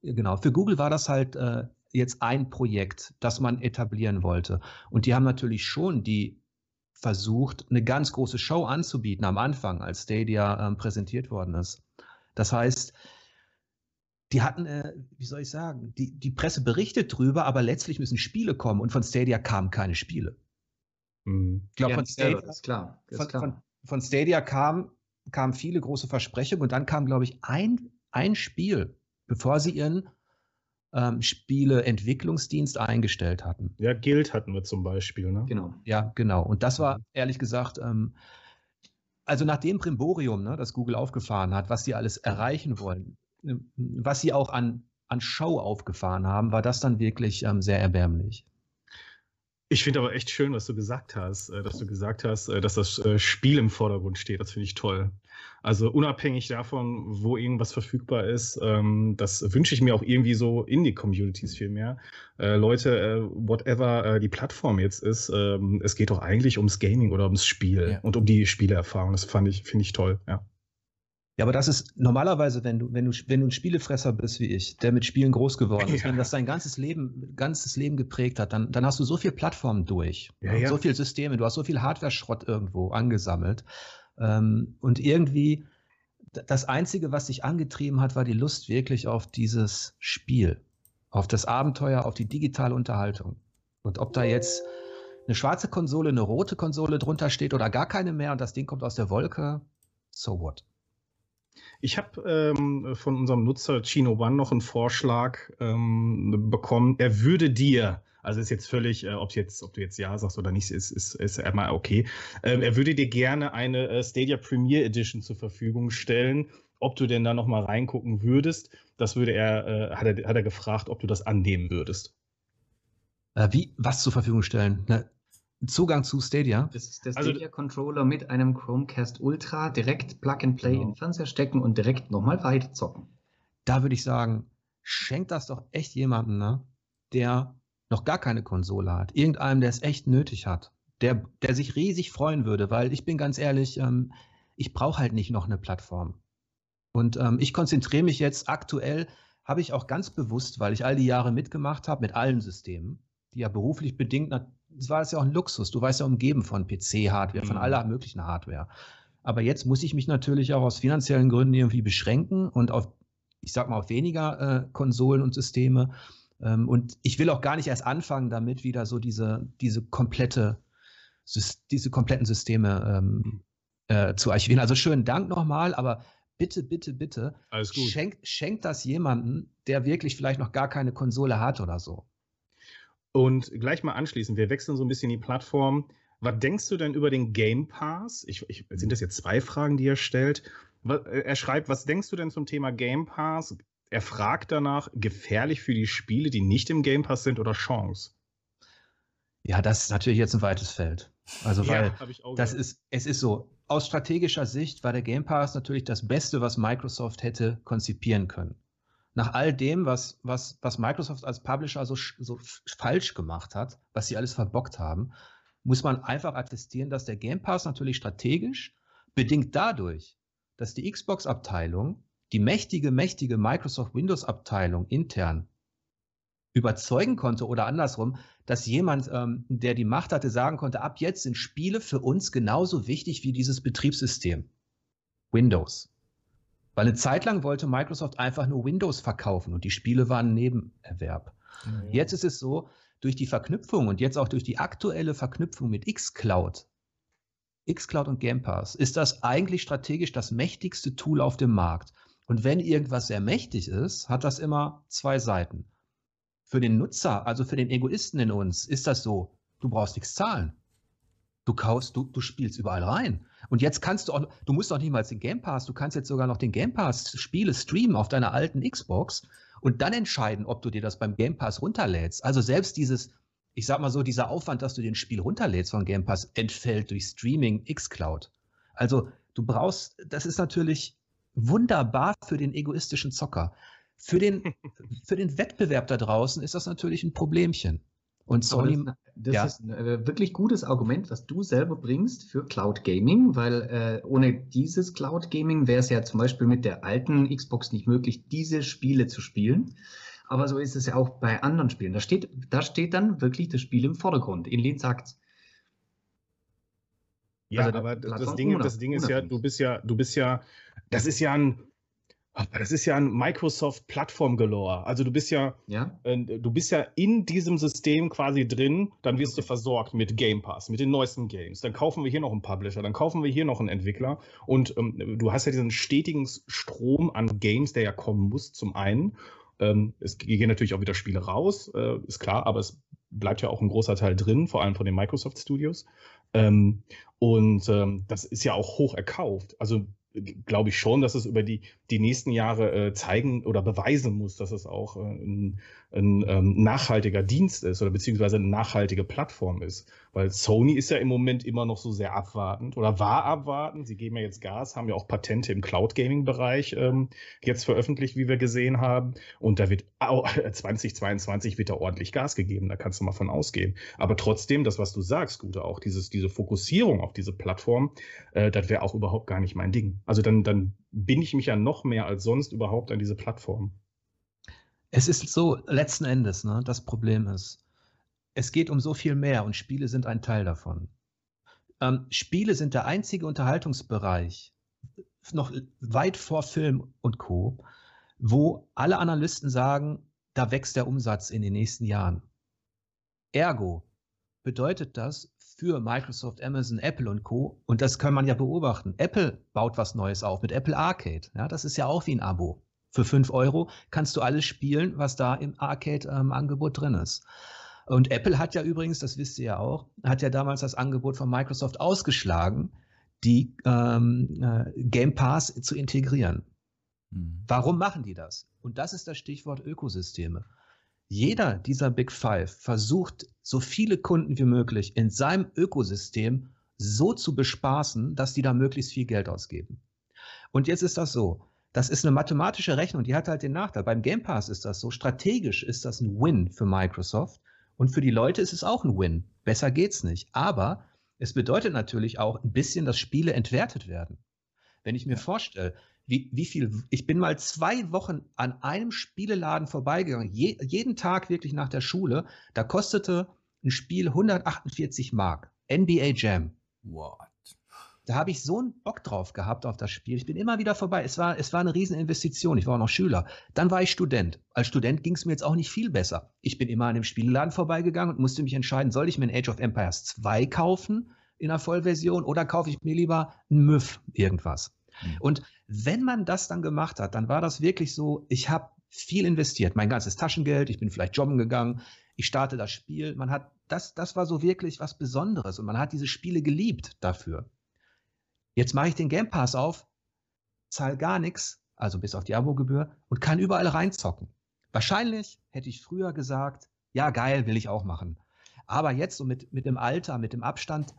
jetzt ein Projekt, das man etablieren wollte. Und die haben natürlich schon versucht, eine ganz große Show anzubieten am Anfang, als Stadia präsentiert worden ist. Das heißt, die hatten, wie soll ich sagen, die Presse berichtet drüber, aber letztlich müssen Spiele kommen und von Stadia kamen keine Spiele. Ich glaube, von Stadia kamen viele große Versprechungen und dann kam, glaube ich, ein Spiel, bevor sie ihren Spieleentwicklungsdienst eingestellt hatten. Ja, Guild hatten wir zum Beispiel, ne? Genau. Ja, genau. Und das war, ehrlich gesagt, also nach dem Brimborium, ne, das Google aufgefahren hat, was sie alles erreichen wollen, was sie auch an an Show aufgefahren haben, war das dann wirklich sehr erbärmlich. Ich finde aber echt schön, was du gesagt hast, dass das Spiel im Vordergrund steht. Das finde ich toll. Also unabhängig davon, wo irgendwas verfügbar ist, das wünsche ich mir auch irgendwie so in die Communities viel mehr. Leute, whatever die Plattform jetzt ist, es geht doch eigentlich ums Gaming oder ums Spiel und um die Spieleerfahrung. Das finde ich toll, ja. Ja, aber das ist normalerweise, wenn du ein Spielefresser bist wie ich, der mit Spielen groß geworden ist, wenn das dein ganzes Leben geprägt hat, dann hast du so viele Plattformen durch, so viele Systeme, du hast so viel Hardware-Schrott irgendwo angesammelt. Und irgendwie das Einzige, was dich angetrieben hat, war die Lust wirklich auf dieses Spiel, auf das Abenteuer, auf die digitale Unterhaltung. Und ob da jetzt eine schwarze Konsole, eine rote Konsole drunter steht oder gar keine mehr und das Ding kommt aus der Wolke, so what? Ich habe von unserem Nutzer Chino One noch einen Vorschlag bekommen. Er würde dir, also ist jetzt völlig, ob du jetzt ja sagst oder nicht, ist einmal okay. Er würde dir gerne eine Stadia Premier Edition zur Verfügung stellen. Ob du denn da noch mal reingucken würdest, das hat er gefragt, ob du das annehmen würdest. Was zur Verfügung stellen? Zugang zu Stadia? Das ist der Stadia-Controller mit einem Chromecast Ultra, direkt Plug-and-Play in den Fernseher stecken und direkt nochmal weiter zocken. Da würde ich sagen, schenkt das doch echt jemandem, ne, der noch gar keine Konsole hat. Irgendeinem, der es echt nötig hat. Der sich riesig freuen würde, weil ich bin ganz ehrlich, ich brauche halt nicht noch eine Plattform. Und ich konzentriere mich jetzt aktuell, habe ich auch ganz bewusst, weil ich all die Jahre mitgemacht habe mit allen Systemen, die ja beruflich bedingt, das war ja auch ein Luxus. Du warst ja umgeben von PC-Hardware, von aller möglichen Hardware. Aber jetzt muss ich mich natürlich auch aus finanziellen Gründen irgendwie beschränken und auf weniger Konsolen und Systeme. Und ich will auch gar nicht erst anfangen, damit wieder so diese kompletten Systeme zu archivieren. Also schönen Dank nochmal, aber bitte, bitte, bitte, alles gut. Schenkt das jemandem, der wirklich vielleicht noch gar keine Konsole hat oder so. Und gleich mal anschließend, wir wechseln so ein bisschen die Plattform. Was denkst du denn über den Game Pass? Sind das jetzt 2 Fragen, die er stellt? Er schreibt, was denkst du denn zum Thema Game Pass? Er fragt danach, gefährlich für die Spiele, die nicht im Game Pass sind, oder Chance? Ja, das ist natürlich jetzt ein weites Feld. Also, weil es ist so, aus strategischer Sicht war der Game Pass natürlich das Beste, was Microsoft hätte konzipieren können. Nach all dem, was Microsoft als Publisher so falsch gemacht hat, was sie alles verbockt haben, muss man einfach attestieren, dass der Game Pass natürlich strategisch, bedingt dadurch, dass die Xbox-Abteilung die mächtige Microsoft Windows-Abteilung intern überzeugen konnte oder andersrum, dass jemand, der die Macht hatte, sagen konnte, ab jetzt sind Spiele für uns genauso wichtig wie dieses Betriebssystem. Windows. Weil eine Zeit lang wollte Microsoft einfach nur Windows verkaufen und die Spiele waren ein Nebenerwerb. Mhm. Jetzt ist es so, durch die Verknüpfung und jetzt auch durch die aktuelle Verknüpfung mit xCloud und Game Pass, ist das eigentlich strategisch das mächtigste Tool auf dem Markt. Und wenn irgendwas sehr mächtig ist, hat das immer 2 Seiten. Für den Nutzer, also für den Egoisten in uns, ist das so, du brauchst nichts zahlen. Du spielst überall rein. Und jetzt du musst auch nicht mal den Game Pass, du kannst jetzt sogar noch den Game Pass Spiele streamen auf deiner alten Xbox und dann entscheiden, ob du dir das beim Game Pass runterlädst. Also selbst dieser Aufwand, dass du den Spiel runterlädst von Game Pass, entfällt durch Streaming xCloud. Also das ist natürlich wunderbar für den egoistischen Zocker. Für den Wettbewerb da draußen ist das natürlich ein Problemchen. Und Sony, das ist ein wirklich gutes Argument, was du selber bringst für Cloud Gaming, weil ohne dieses Cloud Gaming wäre es ja zum Beispiel mit der alten Xbox nicht möglich, diese Spiele zu spielen. Aber so ist es ja auch bei anderen Spielen. Da steht dann wirklich das Spiel im Vordergrund. Inlin sagt's. Ja, also aber das Ding ist ja, das ist ja ein Microsoft-Plattform-Galore. Also du bist ja in diesem System quasi drin, dann wirst du versorgt mit Game Pass, mit den neuesten Games. Dann kaufen wir hier noch einen Publisher, dann kaufen wir hier noch einen Entwickler. Und du hast ja diesen stetigen Strom an Games, der ja kommen muss, zum einen. Es gehen natürlich auch wieder Spiele raus, ist klar, aber es bleibt ja auch ein großer Teil drin, vor allem von den Microsoft Studios. Das ist ja auch hoch erkauft. Also glaube ich schon, dass es über die nächsten Jahre zeigen oder beweisen muss, dass es auch ein nachhaltiger Dienst ist oder beziehungsweise eine nachhaltige Plattform ist. Weil Sony ist ja im Moment immer noch so sehr abwartend oder war abwartend. Sie geben ja jetzt Gas, haben ja auch Patente im Cloud-Gaming-Bereich jetzt veröffentlicht, wie wir gesehen haben. Und da wird auch 2022 wird da ordentlich Gas gegeben, da kannst du mal von ausgehen. Aber trotzdem, das, was du sagst, Gute, auch diese Fokussierung auf diese Plattform, das wäre auch überhaupt gar nicht mein Ding. Also dann binde ich mich ja noch mehr als sonst überhaupt an diese Plattform. Es ist so, letzten Endes, ne, das Problem ist, es geht um so viel mehr und Spiele sind ein Teil davon. Spiele sind der einzige Unterhaltungsbereich, noch weit vor Film und Co., wo alle Analysten sagen, da wächst der Umsatz in den nächsten Jahren. Ergo bedeutet das für Microsoft, Amazon, Apple und Co., und das kann man ja beobachten, Apple baut was Neues auf mit Apple Arcade. Ja, das ist ja auch wie ein Abo. Für 5 € kannst du alles spielen, was da im Arcade-Angebot drin ist. Und Apple hat ja übrigens, das wisst ihr ja auch, hat ja damals das Angebot von Microsoft ausgeschlagen, die Game Pass zu integrieren. Warum machen die das? Und das ist das Stichwort Ökosysteme. Jeder dieser Big Five versucht, so viele Kunden wie möglich in seinem Ökosystem so zu bespaßen, dass die da möglichst viel Geld ausgeben. Und jetzt ist das so, das ist eine mathematische Rechnung, die hat halt den Nachteil. Beim Game Pass ist das so, strategisch ist das ein Win für Microsoft und für die Leute ist es auch ein Win. Besser geht's nicht. Aber es bedeutet natürlich auch ein bisschen, dass Spiele entwertet werden. Wenn ich mir vorstelle, wie viel, ich bin mal 2 Wochen an einem Spieleladen vorbeigegangen, jeden Tag wirklich nach der Schule, da kostete ein Spiel 148 Mark, NBA Jam. What? Da habe ich so einen Bock drauf gehabt auf das Spiel. Ich bin immer wieder vorbei. Es war eine Rieseninvestition. Ich war auch noch Schüler. Dann war ich Student. Als Student ging es mir jetzt auch nicht viel besser. Ich bin immer an dem Spieleladen vorbeigegangen und musste mich entscheiden, soll ich mir ein Age of Empires 2 kaufen in der Vollversion oder kaufe ich mir lieber ein MÜV irgendwas. Und wenn man das dann gemacht hat, dann war das wirklich so, ich habe viel investiert, mein ganzes Taschengeld, ich bin vielleicht jobben gegangen, ich starte das Spiel, das war so wirklich was Besonderes und man hat diese Spiele geliebt dafür. Jetzt mache ich den Game Pass auf, zahle gar nichts, also bis auf die Abogebühr und kann überall reinzocken. Wahrscheinlich hätte ich früher gesagt, ja geil, will ich auch machen. Aber jetzt so mit dem Alter, mit dem Abstand,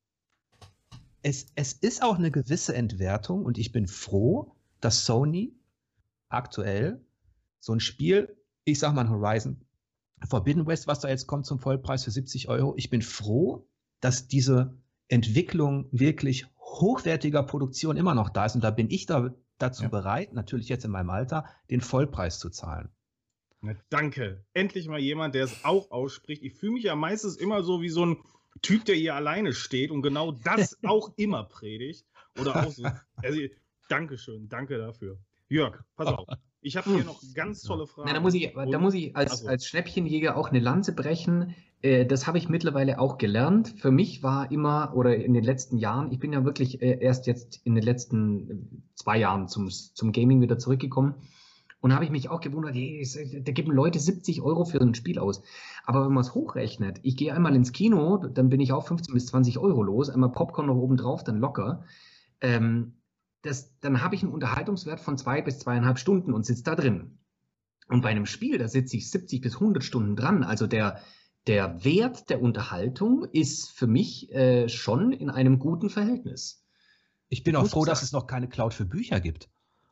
es ist auch eine gewisse Entwertung und ich bin froh, dass Sony aktuell so ein Spiel, ich sag mal ein Horizon Forbidden West, was da jetzt kommt zum Vollpreis für 70 €, ich bin froh, dass diese Entwicklung wirklich hochwertiger Produktion immer noch da ist und da bin ich dazu bereit, natürlich jetzt in meinem Alter, den Vollpreis zu zahlen. Na, danke. Endlich mal jemand, der es auch ausspricht. Ich fühle mich ja meistens immer so wie so ein Typ, der hier alleine steht und genau das auch immer predigt. Oder auch so. Also, Dankeschön, danke dafür. Jörg, pass auf. Ich habe hier noch ganz tolle Fragen. Na, da muss ich als Schnäppchenjäger auch eine Lanze brechen. Das habe ich mittlerweile auch gelernt. Für mich war immer, oder in den letzten Jahren, ich bin ja wirklich erst jetzt in den letzten 2 Jahren zum Gaming wieder zurückgekommen. Und habe ich mich auch gewundert, da geben Leute 70 € für ein Spiel aus. Aber wenn man es hochrechnet, ich gehe einmal ins Kino, dann bin ich auch 15 bis 20 € los, einmal Popcorn noch oben drauf, dann locker. Dann habe ich einen Unterhaltungswert von 2 bis 2,5 Stunden und sitze da drin. Und bei einem Spiel, da sitze ich 70 bis 100 Stunden dran. Also der Wert der Unterhaltung ist für mich schon in einem guten Verhältnis. Ich bin auch froh, dass es noch keine Cloud für Bücher gibt.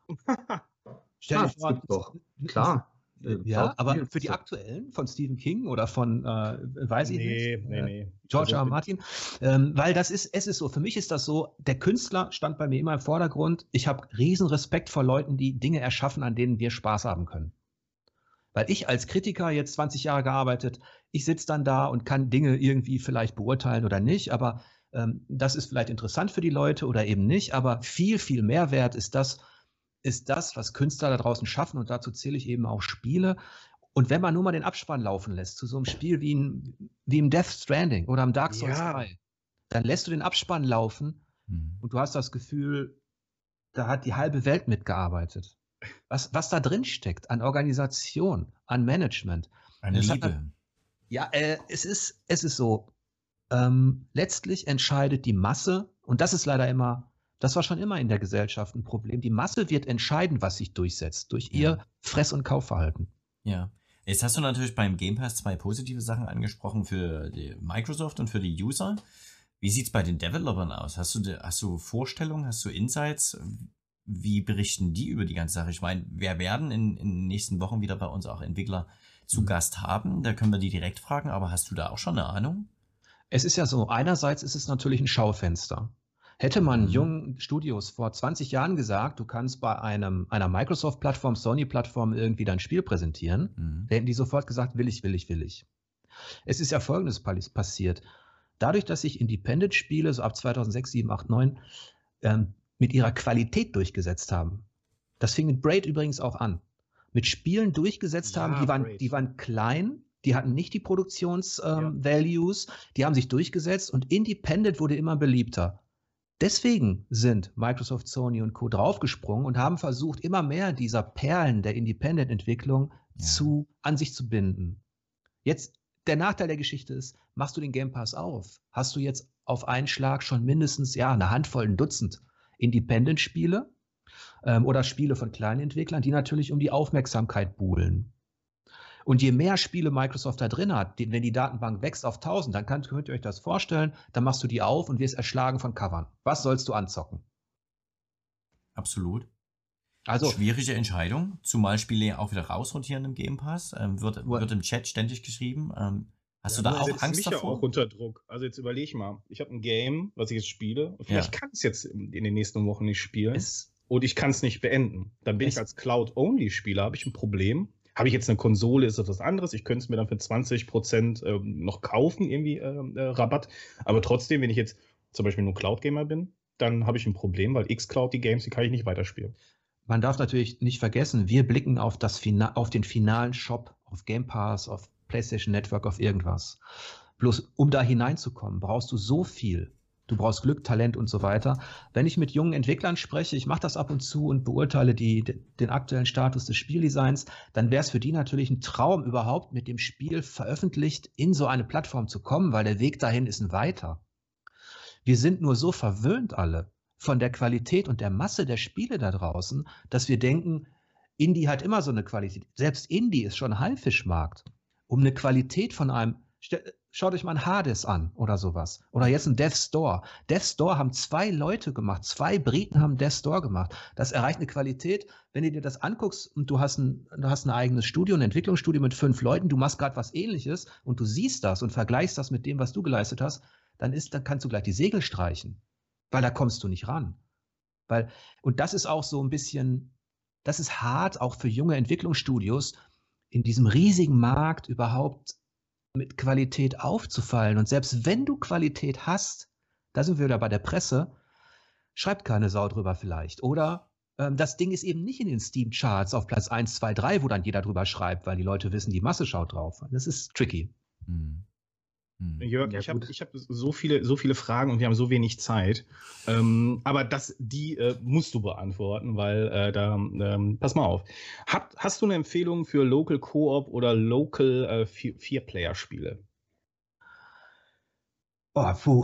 Stell dir vor, doch. Klar. Ja, aber für die aktuellen von Stephen King oder von, weiß ich nicht, George R. R. Martin, weil es ist so, für mich ist das so, der Künstler stand bei mir immer im Vordergrund. Ich habe riesen Respekt vor Leuten, die Dinge erschaffen, an denen wir Spaß haben können. Weil ich als Kritiker jetzt 20 Jahre gearbeitet, ich sitze dann da und kann Dinge irgendwie vielleicht beurteilen oder nicht, aber das ist vielleicht interessant für die Leute oder eben nicht, aber viel, viel Mehrwert ist das, was Künstler da draußen schaffen und dazu zähle ich eben auch Spiele. Und wenn man nur mal den Abspann laufen lässt zu so einem Spiel wie im Death Stranding oder im Dark Souls 3, dann lässt du den Abspann laufen und du hast das Gefühl, da hat die halbe Welt mitgearbeitet. Was da drin steckt an Organisation, an Management. Eine Liebe. Es ist so, letztlich entscheidet die Masse, und das ist leider immer Das war schon immer in der Gesellschaft ein Problem. Die Masse wird entscheiden, was sich durchsetzt, durch ihr Fress- und Kaufverhalten. Ja. Jetzt hast du natürlich beim Game Pass 2 positive Sachen angesprochen für die Microsoft und für die User. Wie sieht es bei den Developern aus? Hast du Vorstellungen, hast du Insights? Wie berichten die über die ganze Sache? Ich meine, wir werden in den nächsten Wochen wieder bei uns auch Entwickler zu Gast haben. Da können wir die direkt fragen, aber hast du da auch schon eine Ahnung? Es ist ja so, einerseits ist es natürlich ein Schaufenster. Hätte man jungen Studios vor 20 Jahren gesagt, du kannst bei einer Microsoft-Plattform, Sony-Plattform irgendwie dein Spiel präsentieren, hätten die sofort gesagt, will ich. Es ist ja Folgendes passiert. Dadurch, dass sich Independent-Spiele so ab 2006, 7, 8, 9 mit ihrer Qualität durchgesetzt haben, das fing mit Braid übrigens auch an, mit Spielen durchgesetzt haben, die waren klein, die hatten nicht die Produktions-Values, die haben sich durchgesetzt und Independent wurde immer beliebter. Deswegen sind Microsoft, Sony und Co. draufgesprungen und haben versucht, immer mehr dieser Perlen der Independent-Entwicklung an sich zu binden. Jetzt, der Nachteil der Geschichte ist, machst du den Game Pass auf, hast du jetzt auf einen Schlag schon mindestens eine Handvoll, ein Dutzend Independent-Spiele oder Spiele von kleinen Entwicklern, die natürlich um die Aufmerksamkeit buhlen. Und je mehr Spiele Microsoft da drin hat, wenn die Datenbank wächst auf 1000, dann könnt ihr euch das vorstellen, dann machst du die auf und wirst erschlagen von Covern. Was sollst du anzocken? Absolut. Also schwierige Entscheidung, zumal Spiele auch wieder rausrotieren im Game Pass. Wird im Chat ständig geschrieben. Hast du da auch Angst davor? Ja auch unter Druck. Also jetzt überleg mal, ich habe ein Game, was ich jetzt spiele. Vielleicht kann ich es jetzt in den nächsten Wochen nicht spielen. Und ich kann es nicht beenden. Dann bin ich als Cloud-Only-Spieler, habe ich ein Problem. Habe ich jetzt eine Konsole, ist das was anderes. Ich könnte es mir dann für 20% noch kaufen, irgendwie Rabatt. Aber trotzdem, wenn ich jetzt zum Beispiel nur Cloud-Gamer bin, dann habe ich ein Problem, weil xCloud, die Games, die kann ich nicht weiterspielen. Man darf natürlich nicht vergessen, wir blicken auf den finalen Shop, auf Game Pass, auf PlayStation Network, auf irgendwas. Bloß um da hineinzukommen, brauchst du so viel. Du brauchst Glück, Talent und so weiter. Wenn ich mit jungen Entwicklern spreche, ich mache das ab und zu und beurteile den aktuellen Status des Spieldesigns, dann wäre es für die natürlich ein Traum, überhaupt mit dem Spiel veröffentlicht in so eine Plattform zu kommen, weil der Weg dahin ist ein weiter. Wir sind nur so verwöhnt alle von der Qualität und der Masse der Spiele da draußen, dass wir denken, Indie hat immer so eine Qualität. Selbst Indie ist schon ein Haifischmarkt. Um eine Qualität von einem... Schaut euch mal ein Hades an oder sowas. Oder jetzt ein Death's Door. Death's Door haben 2 Leute gemacht. 2 Briten haben Death's Door gemacht. Das erreicht eine Qualität, wenn du dir das anguckst und du hast ein eigenes Studio, ein Entwicklungsstudio mit 5 Leuten, du machst gerade was Ähnliches und du siehst das und vergleichst das mit dem, was du geleistet hast, dann kannst du gleich die Segel streichen. Weil da kommst du nicht ran. Und das ist auch so ein bisschen, das ist hart, auch für junge Entwicklungsstudios, in diesem riesigen Markt überhaupt mit Qualität aufzufallen. Und selbst wenn du Qualität hast, da sind wir wieder bei der Presse, schreibt keine Sau drüber vielleicht. Oder das Ding ist eben nicht in den Steam-Charts auf Platz 1, 2, 3, wo dann jeder drüber schreibt, weil die Leute wissen, die Masse schaut drauf. Das ist tricky. Jörg, ich hab so viele Fragen und wir haben so wenig Zeit. Aber die musst du beantworten, weil pass mal auf. Hast du eine Empfehlung für Local Co-op oder Local 4-Player-Spiele? Oh, puh.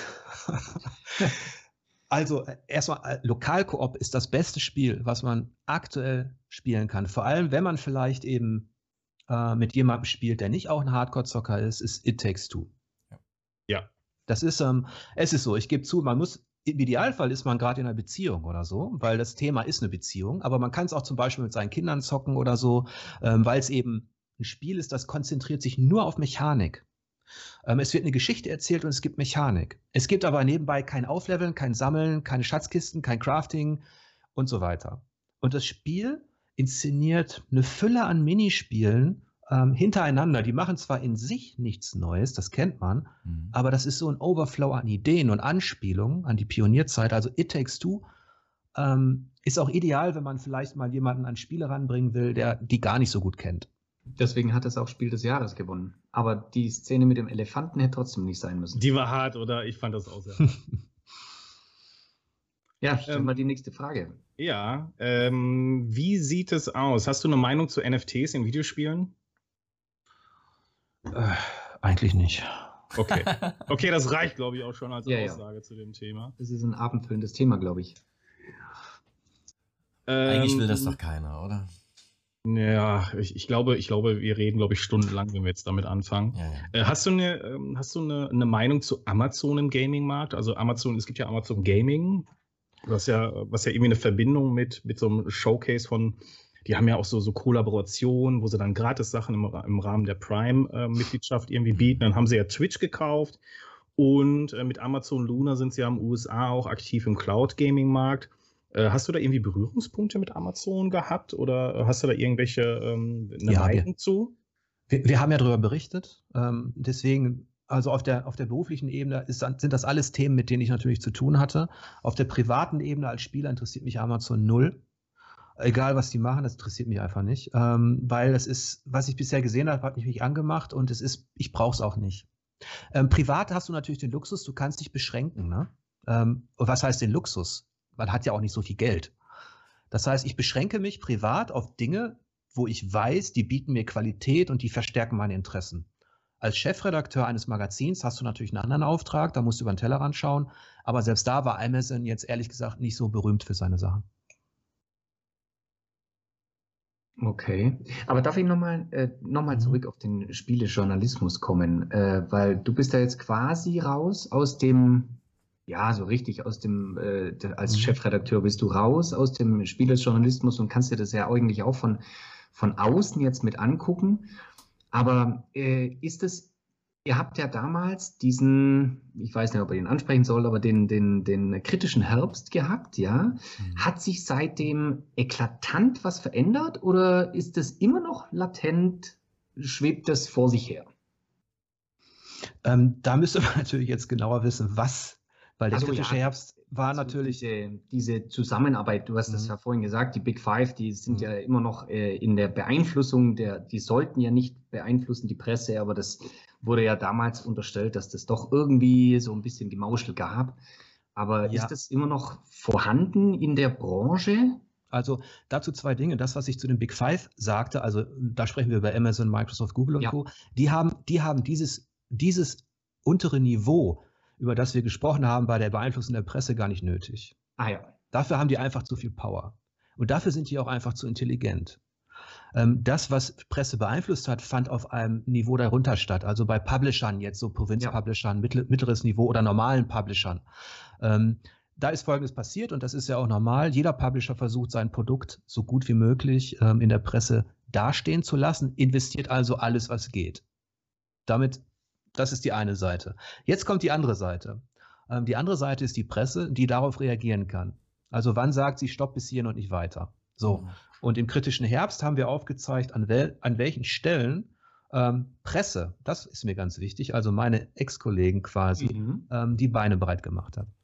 Also erstmal, Lokal-Koop ist das beste Spiel, was man aktuell spielen kann. Vor allem, wenn man vielleicht eben mit jemandem spielt, der nicht auch ein Hardcore-Zocker ist It Takes Two. Ja. Das ist, es ist so, ich gebe zu, im Idealfall ist man gerade in einer Beziehung oder so, weil das Thema ist eine Beziehung, aber man kann es auch zum Beispiel mit seinen Kindern zocken oder so, weil es eben ein Spiel ist, das konzentriert sich nur auf Mechanik. Es wird eine Geschichte erzählt und es gibt Mechanik. Es gibt aber nebenbei kein Aufleveln, kein Sammeln, keine Schatzkisten, kein Crafting und so weiter. Und das Spiel inszeniert eine Fülle an Minispielen hintereinander. Die machen zwar in sich nichts Neues, das kennt man, aber das ist so ein Overflow an Ideen und Anspielungen an die Pionierzeit. Also It Takes Two ist auch ideal, wenn man vielleicht mal jemanden an Spiele ranbringen will, der die gar nicht so gut kennt. Deswegen hat es auch Spiel des Jahres gewonnen. Aber die Szene mit dem Elefanten hätte trotzdem nicht sein müssen. Die war hart, oder? Ich fand das auch sehr hart. Ja, stellen wir die nächste Frage. Ja, wie sieht es aus? Hast du eine Meinung zu NFTs in Videospielen? Eigentlich nicht. Okay. Okay, das reicht, glaube ich, auch schon als Ja, ja. Aussage zu dem Thema. Das ist ein abendfüllendes Thema, glaube ich. Eigentlich will das doch keiner, oder? Ja, ich glaube, wir reden, glaube ich, stundenlang, wenn wir jetzt damit anfangen. Ja, ja. Hast du eine Meinung zu Amazon im Gaming-Markt? Also Amazon, es gibt ja Amazon Gaming, was ja irgendwie eine Verbindung mit so einem Showcase von, die haben ja auch so Kollaborationen, wo sie dann gratis Sachen im Rahmen der Prime-Mitgliedschaft irgendwie bieten. Dann haben sie ja Twitch gekauft und mit Amazon Luna sind sie ja in den USA auch aktiv im Cloud-Gaming-Markt. Hast du da irgendwie Berührungspunkte mit Amazon gehabt oder hast du da irgendwelche eine Meinung zu? Wir haben ja darüber berichtet. Deswegen, also auf der beruflichen Ebene sind das alles Themen, mit denen ich natürlich zu tun hatte. Auf der privaten Ebene als Spieler interessiert mich Amazon null. Egal, was die machen, das interessiert mich einfach nicht. Weil das ist, was ich bisher gesehen habe, hat mich nicht angemacht und ich brauche es auch nicht. Privat hast du natürlich den Luxus, du kannst dich beschränken. Ne? Was heißt den Luxus? Man hat ja auch nicht so viel Geld. Das heißt, ich beschränke mich privat auf Dinge, wo ich weiß, die bieten mir Qualität und die verstärken meine Interessen. Als Chefredakteur eines Magazins hast du natürlich einen anderen Auftrag, da musst du über den Tellerrand schauen, aber selbst da war Amazon jetzt ehrlich gesagt nicht so berühmt für seine Sachen. Okay, aber darf ich nochmal zurück auf den Spielejournalismus kommen, weil du bist ja jetzt quasi raus aus dem, ja, so richtig aus dem, als Chefredakteur bist du raus aus dem Spielejournalismus und kannst dir das ja eigentlich auch von außen jetzt mit angucken. Aber ihr habt ja damals diesen, ich weiß nicht, ob ich ihn ansprechen soll, aber den kritischen Herbst gehabt, ja. Hat sich seitdem eklatant was verändert oder ist das immer noch latent, schwebt das vor sich her? Da müsste man natürlich jetzt genauer wissen, was, weil der kritische Herbst war natürlich... Diese Zusammenarbeit, du hast das ja vorhin gesagt, die Big Five, die sind ja immer noch in der Beeinflussung, die sollten ja nicht beeinflussen, die Presse, aber das wurde ja damals unterstellt, dass das doch irgendwie so ein bisschen Gemauschel gab. Aber ist das immer noch vorhanden in der Branche? Also dazu zwei Dinge. Das, was ich zu den Big Five sagte, also da sprechen wir über Amazon, Microsoft, Google und Co., die haben dieses untere Niveau, über das wir gesprochen haben, bei der Beeinflussung der Presse gar nicht nötig. Ah ja. Dafür haben die einfach zu viel Power. Und dafür sind die auch einfach zu intelligent. Das, was Presse beeinflusst hat, fand auf einem Niveau darunter statt. Also bei Publishern, jetzt so Provinz-Publishern, mittleres Niveau oder normalen Publishern. Da ist Folgendes passiert und das ist ja auch normal. Jeder Publisher versucht, sein Produkt so gut wie möglich in der Presse dastehen zu lassen, investiert also alles, was geht. Das ist die eine Seite. Jetzt kommt die andere Seite. Die andere Seite ist die Presse, die darauf reagieren kann. Also wann sagt sie, stopp bis hierhin und nicht weiter. So. Und im kritischen Herbst haben wir aufgezeigt, an welchen Stellen Presse, das ist mir ganz wichtig, also meine Ex-Kollegen quasi, die Beine breit gemacht hat.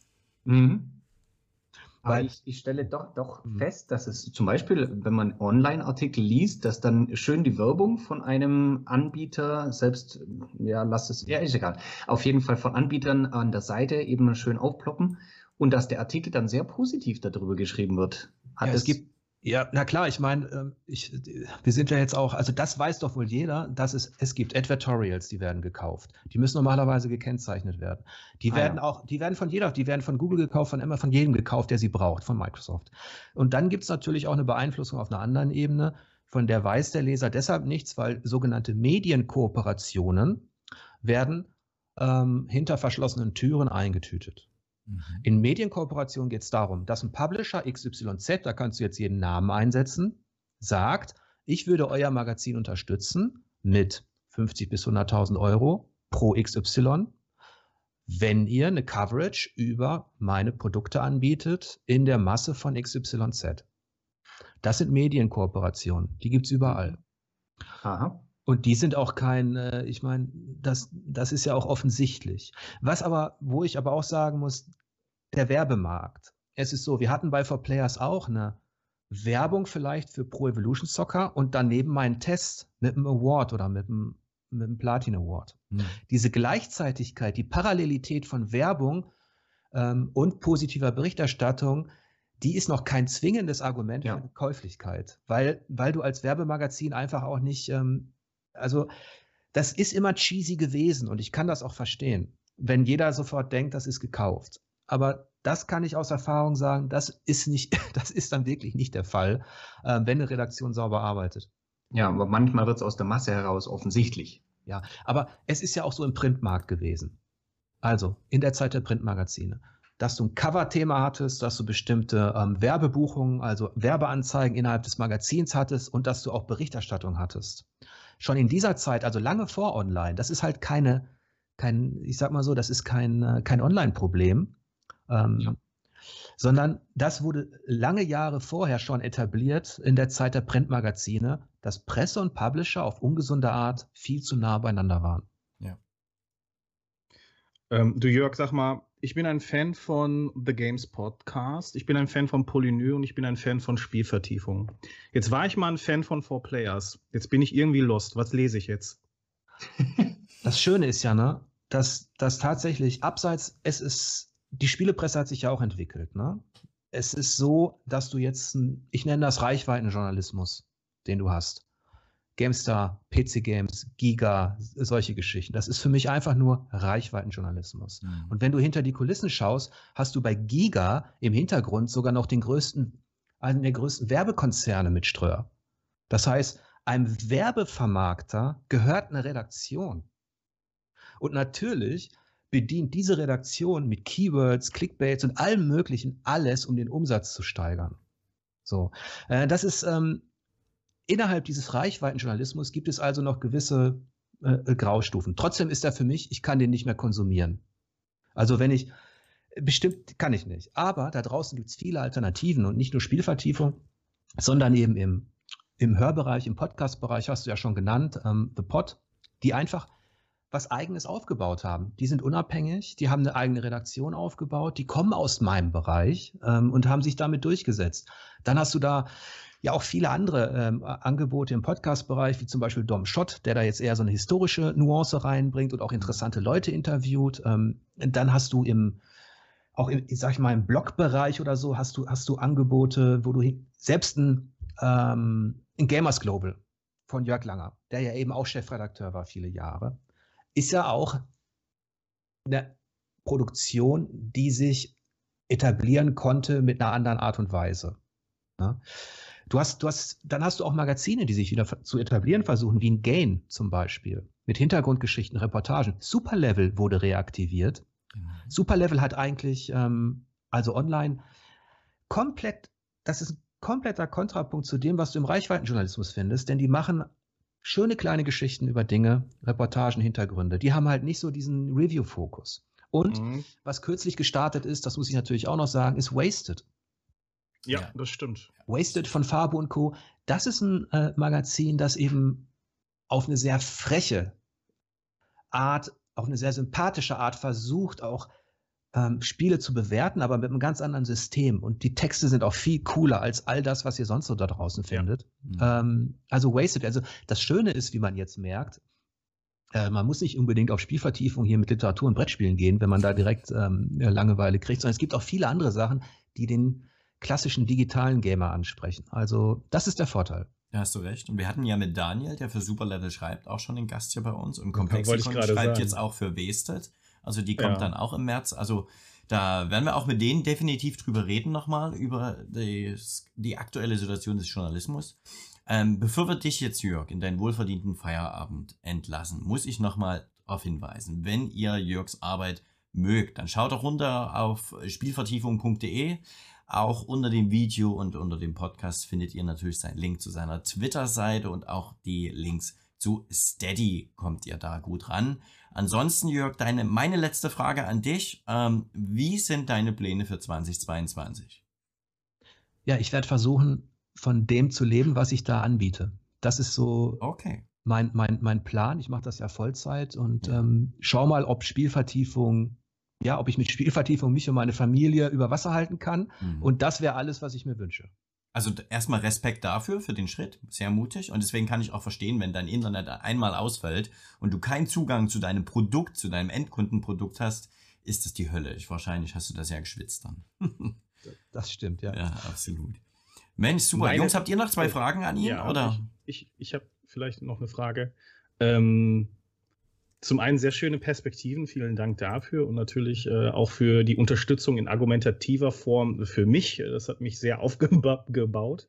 Aber ich stelle doch fest, dass es zum Beispiel, wenn man Online-Artikel liest, dass dann schön die Werbung von einem Anbieter, selbst, ist egal, auf jeden Fall von Anbietern an der Seite eben schön aufploppen und dass der Artikel dann sehr positiv darüber geschrieben wird. Ja, na klar, ich meine, wir sind ja jetzt auch, also das weiß doch wohl jeder, dass es gibt Advertorials, die werden gekauft. Die müssen normalerweise gekennzeichnet werden. Die werden von Google gekauft, von jedem gekauft, der sie braucht, von Microsoft. Und dann gibt es natürlich auch eine Beeinflussung auf einer anderen Ebene, von der weiß der Leser deshalb nichts, weil sogenannte Medienkooperationen werden hinter verschlossenen Türen eingetütet. In Medienkooperationen geht es darum, dass ein Publisher XYZ, da kannst du jetzt jeden Namen einsetzen, sagt, ich würde euer Magazin unterstützen mit 50 bis 100.000 Euro pro XY, wenn ihr eine Coverage über meine Produkte anbietet in der Masse von XYZ. Das sind Medienkooperationen, die gibt es überall. Aha. Und die sind auch ich meine, das ist ja auch offensichtlich. Wo ich aber auch sagen muss, der Werbemarkt. Es ist so, wir hatten bei 4Players auch eine Werbung vielleicht für Pro Evolution Soccer und daneben meinen Test mit einem Award oder mit einem Platin Award. Diese Gleichzeitigkeit, die Parallelität von Werbung und positiver Berichterstattung, die ist noch kein zwingendes Argument für Käuflichkeit, weil du als Werbemagazin einfach auch nicht, also das ist immer cheesy gewesen und ich kann das auch verstehen, wenn jeder sofort denkt, das ist gekauft. Aber das kann ich aus Erfahrung sagen, das ist dann wirklich nicht der Fall, wenn eine Redaktion sauber arbeitet. Ja, aber manchmal wird es aus der Masse heraus offensichtlich. Ja, aber es ist ja auch so im Printmarkt gewesen. Also in der Zeit der Printmagazine, dass du ein Cover-Thema hattest, dass du bestimmte Werbebuchungen, also Werbeanzeigen innerhalb des Magazins hattest und dass du auch Berichterstattung hattest. Schon in dieser Zeit, also lange vor Online, das ist halt ich sag mal so, das ist kein Online-Problem, sondern das wurde lange Jahre vorher schon etabliert in der Zeit der Printmagazine, dass Presse und Publisher auf ungesunde Art viel zu nah beieinander waren. Ja. Du Jörg, sag mal, ich bin ein Fan von The Games Podcast, ich bin ein Fan von Polynö und ich bin ein Fan von Spielvertiefung. Jetzt war ich mal ein Fan von 4Players. Jetzt bin ich irgendwie lost. Was lese ich jetzt? Das Schöne ist ja, ne, dass tatsächlich die Spielepresse hat sich ja auch entwickelt, ne? Es ist so, dass du jetzt, ich nenne das Reichweitenjournalismus, den du hast. GameStar, PC Games, Giga, solche Geschichten. Das ist für mich einfach nur Reichweitenjournalismus. Mhm. Und wenn du hinter die Kulissen schaust, hast du bei Giga im Hintergrund sogar noch einen der größten Werbekonzerne mit Ströer. Das heißt, einem Werbevermarkter gehört eine Redaktion. Und natürlich bedient diese Redaktion mit Keywords, Clickbaits und allem Möglichen alles, um den Umsatz zu steigern. So, das ist innerhalb dieses Reichweitenjournalismus gibt es also noch gewisse Graustufen. Trotzdem ist er für mich, ich kann den nicht mehr konsumieren. Also bestimmt kann ich nicht. Aber da draußen gibt es viele Alternativen und nicht nur Spielvertiefung, sondern eben im Hörbereich, im Podcast-Bereich, hast du ja schon genannt, The Pod, die einfach was Eigenes aufgebaut haben. Die sind unabhängig, die haben eine eigene Redaktion aufgebaut, die kommen aus meinem Bereich und haben sich damit durchgesetzt. Dann hast du da ja auch viele andere Angebote im Podcast-Bereich, wie zum Beispiel Dom Schott, der da jetzt eher so eine historische Nuance reinbringt und auch interessante Leute interviewt. Dann hast du im Blog-Bereich oder so, hast du Angebote, wo du selbst in Gamers Global von Jörg Langer, der ja eben auch Chefredakteur war viele Jahre, ist ja auch eine Produktion, die sich etablieren konnte mit einer anderen Art und Weise. Ja? Dann hast du auch Magazine, die sich wieder zu etablieren versuchen, wie ein Gain zum Beispiel, mit Hintergrundgeschichten, Reportagen. Superlevel wurde reaktiviert. Mhm. Superlevel hat eigentlich, also online, das ist ein kompletter Kontrapunkt zu dem, was du im Reichweitenjournalismus findest, denn die machen schöne kleine Geschichten über Dinge, Reportagen, Hintergründe. Die haben halt nicht so diesen Review-Fokus. Und was kürzlich gestartet ist, das muss ich natürlich auch noch sagen, ist Wasted. Ja, das stimmt. Wasted von Fabo und Co. Das ist ein Magazin, das eben auf eine sehr freche Art, auf eine sehr sympathische Art versucht, auch Spiele zu bewerten, aber mit einem ganz anderen System. Und die Texte sind auch viel cooler als all das, was ihr sonst so da draußen findet. Ja. Also Wasted. Also das Schöne ist, wie man jetzt merkt, man muss nicht unbedingt auf Spielvertiefung hier mit Literatur und Brettspielen gehen, wenn man da direkt Langeweile kriegt, sondern es gibt auch viele andere Sachen, die den klassischen digitalen Gamer ansprechen. Also das ist der Vorteil. Da hast du recht. Und wir hatten ja mit Daniel, der für Superlevel schreibt, auch schon den Gast hier bei uns. Und Complexicon schreibt jetzt auch für Wasted. Also die kommt dann auch im März. Also da werden wir auch mit denen definitiv drüber reden nochmal, über die aktuelle Situation des Journalismus. Bevor wir dich jetzt, Jörg, in deinen wohlverdienten Feierabend entlassen, muss ich nochmal darauf hinweisen, wenn ihr Jörgs Arbeit mögt, dann schaut doch runter auf spielvertiefung.de. Auch unter dem Video und unter dem Podcast findet ihr natürlich seinen Link zu seiner Twitter-Seite und auch die Links zu Steady kommt ihr da gut ran. Ansonsten, Jörg, meine letzte Frage an dich. Wie sind deine Pläne für 2022? Ja, ich werde versuchen, von dem zu leben, was ich da anbiete. Das ist so mein Plan. Ich mache das ja Vollzeit und schau mal, ob ob ich mit Spielvertiefung mich und meine Familie über Wasser halten kann. Mhm. Und das wäre alles, was ich mir wünsche. Also erstmal Respekt dafür, für den Schritt. Sehr mutig. Und deswegen kann ich auch verstehen, wenn dein Internet einmal ausfällt und du keinen Zugang zu deinem Produkt, zu deinem Endkundenprodukt hast, ist das die Hölle. Wahrscheinlich hast du das ja geschwitzt dann. Das stimmt, ja. Ja, absolut. Mensch, super. Jungs, habt ihr noch 2 Fragen an ihn? Ja, oder? Ich habe vielleicht noch eine Frage. zum einen sehr schöne Perspektiven, vielen Dank dafür und natürlich auch für die Unterstützung in argumentativer Form für mich. Das hat mich sehr aufgebaut.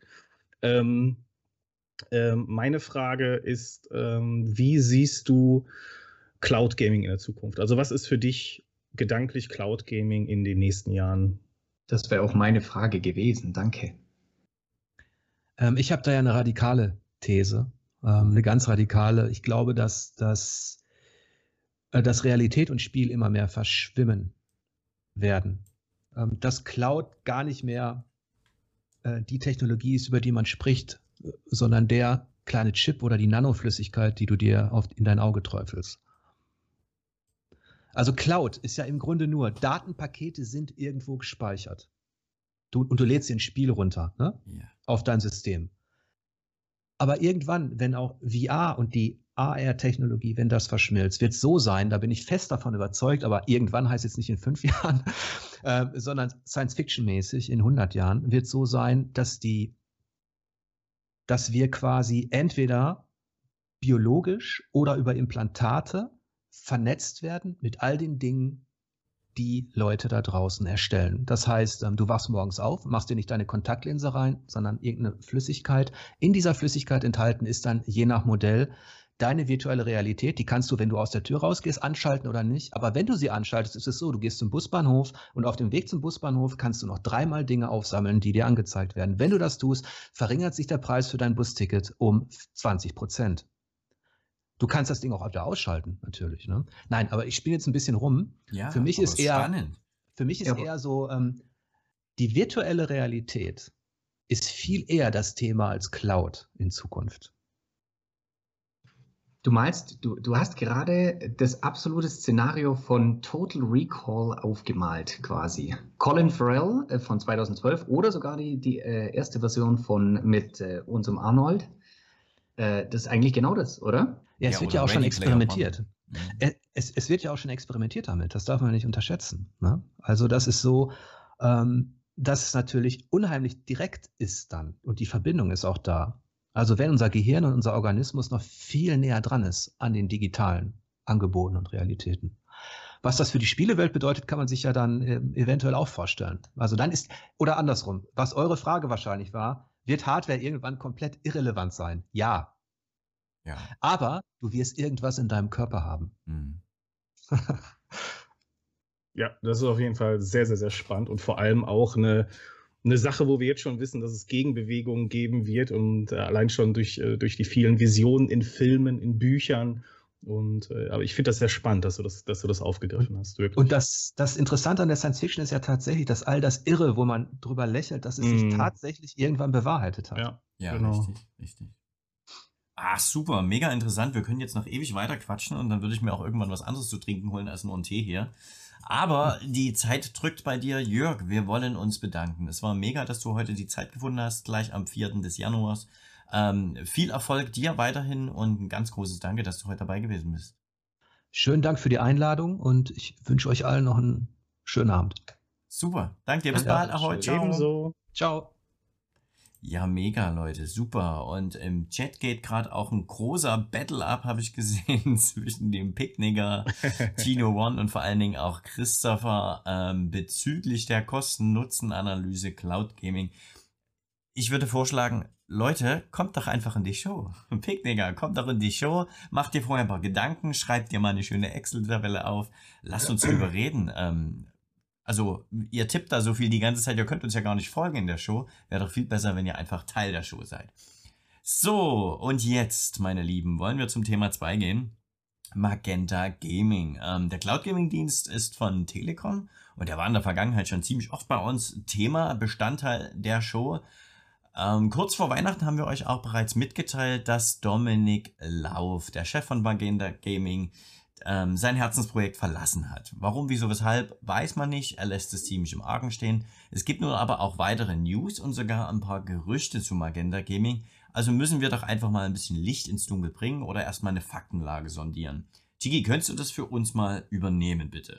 Meine Frage ist, wie siehst du Cloud Gaming in der Zukunft? Also was ist für dich gedanklich Cloud Gaming in den nächsten Jahren? Das wäre auch meine Frage gewesen, danke. Ich habe da ja eine radikale These, eine ganz radikale. Ich glaube, dass Realität und Spiel immer mehr verschwimmen werden. Dass Cloud gar nicht mehr die Technologie ist, über die man spricht, sondern der kleine Chip oder die Nanoflüssigkeit, die du dir in dein Auge träufelst. Also Cloud ist ja im Grunde nur, Datenpakete sind irgendwo gespeichert. Und du lädst dir ein Spiel runter, ne? Ja. Auf dein System. Aber irgendwann, wenn auch VR und die AR-Technologie, wenn das verschmilzt, wird es so sein, da bin ich fest davon überzeugt, aber irgendwann heißt jetzt nicht in 5 Jahren, sondern Science-Fiction-mäßig in 100 Jahren, wird so sein, dass wir quasi entweder biologisch oder über Implantate vernetzt werden mit all den Dingen, die Leute da draußen erstellen. Das heißt, du wachst morgens auf, machst dir nicht deine Kontaktlinse rein, sondern irgendeine Flüssigkeit. In dieser Flüssigkeit enthalten ist dann je nach Modell deine virtuelle Realität. Die kannst du, wenn du aus der Tür rausgehst, anschalten oder nicht. Aber wenn du sie anschaltest, ist es so, du gehst zum Busbahnhof und auf dem Weg zum Busbahnhof kannst du noch 3-mal Dinge aufsammeln, die dir angezeigt werden. Wenn du das tust, verringert sich der Preis für dein Busticket um 20%. Du kannst das Ding auch wieder ausschalten, natürlich. Ne? Nein, aber ich spiele jetzt ein bisschen rum. Ja, für mich ist spannend. eher so, die virtuelle Realität ist viel eher das Thema als Cloud in Zukunft. Du meinst, du hast gerade das absolute Szenario von Total Recall aufgemalt, quasi. Colin Farrell von 2012 oder sogar die erste Version mit unserem Arnold. Das ist eigentlich genau das, oder? Ja, es wird ja auch schon experimentiert. Es wird ja auch schon experimentiert damit, das darf man nicht unterschätzen. Ne? Also das ist so, dass es natürlich unheimlich direkt ist dann und die Verbindung ist auch da. Also wenn unser Gehirn und unser Organismus noch viel näher dran ist an den digitalen Angeboten und Realitäten. Was das für die Spielewelt bedeutet, kann man sich ja dann eventuell auch vorstellen. Also dann oder andersrum, was eure Frage wahrscheinlich war, wird Hardware irgendwann komplett irrelevant sein? Ja. Ja. Aber du wirst irgendwas in deinem Körper haben. Mhm. Ja, das ist auf jeden Fall sehr, sehr, sehr spannend und vor allem auch eine Sache, wo wir jetzt schon wissen, dass es Gegenbewegungen geben wird und allein schon durch die vielen Visionen in Filmen, in Büchern. Aber ich finde das sehr spannend, dass du das aufgegriffen hast. Wirklich. Und das Interessante an der Science Fiction ist ja tatsächlich, dass all das Irre, wo man drüber lächelt, dass es sich tatsächlich irgendwann bewahrheitet hat. Ja, genau. Richtig. Ah, super, mega interessant. Wir können jetzt noch ewig weiter quatschen und dann würde ich mir auch irgendwann was anderes zu trinken holen als nur einen Tee hier. Aber die Zeit drückt bei dir. Jörg, wir wollen uns bedanken. Es war mega, dass du heute die Zeit gefunden hast, gleich am 4. des Januars. Viel Erfolg dir weiterhin und ein ganz großes Danke, dass du heute dabei gewesen bist. Schönen Dank für die Einladung und ich wünsche euch allen noch einen schönen Abend. Super, danke dir. Bis bald. Ahoi, ciao. Ebenso. Ciao. Ja, mega, Leute, super. Und im Chat geht gerade auch ein großer Battle-Up, habe ich gesehen, zwischen dem Picknicker, Tino One und vor allen Dingen auch Christopher bezüglich der Kosten-Nutzen-Analyse Cloud Gaming. Ich würde vorschlagen, Leute, kommt doch einfach in die Show. Picknicker, kommt doch in die Show, macht dir vorher ein paar Gedanken, schreibt dir mal eine schöne Excel-Tabelle auf, lasst uns drüber reden. Also, ihr tippt da so viel die ganze Zeit, ihr könnt uns ja gar nicht folgen in der Show. Wäre doch viel besser, wenn ihr einfach Teil der Show seid. So, und jetzt, meine Lieben, wollen wir zum Thema 2 gehen. Magenta Gaming. Der Cloud Gaming Dienst ist von Telekom und der war in der Vergangenheit schon ziemlich oft bei uns Thema, Bestandteil der Show. Kurz vor Weihnachten haben wir euch auch bereits mitgeteilt, dass Dominik Lauf, der Chef von Magenta Gaming, sein Herzensprojekt verlassen hat. Warum, wieso, weshalb, weiß man nicht. Er lässt es ziemlich im Argen stehen. Es gibt nun aber auch weitere News und sogar ein paar Gerüchte zu Magenta Gaming. Also müssen wir doch einfach mal ein bisschen Licht ins Dunkel bringen oder erstmal eine Faktenlage sondieren. Chigi, könntest du das für uns mal übernehmen, bitte?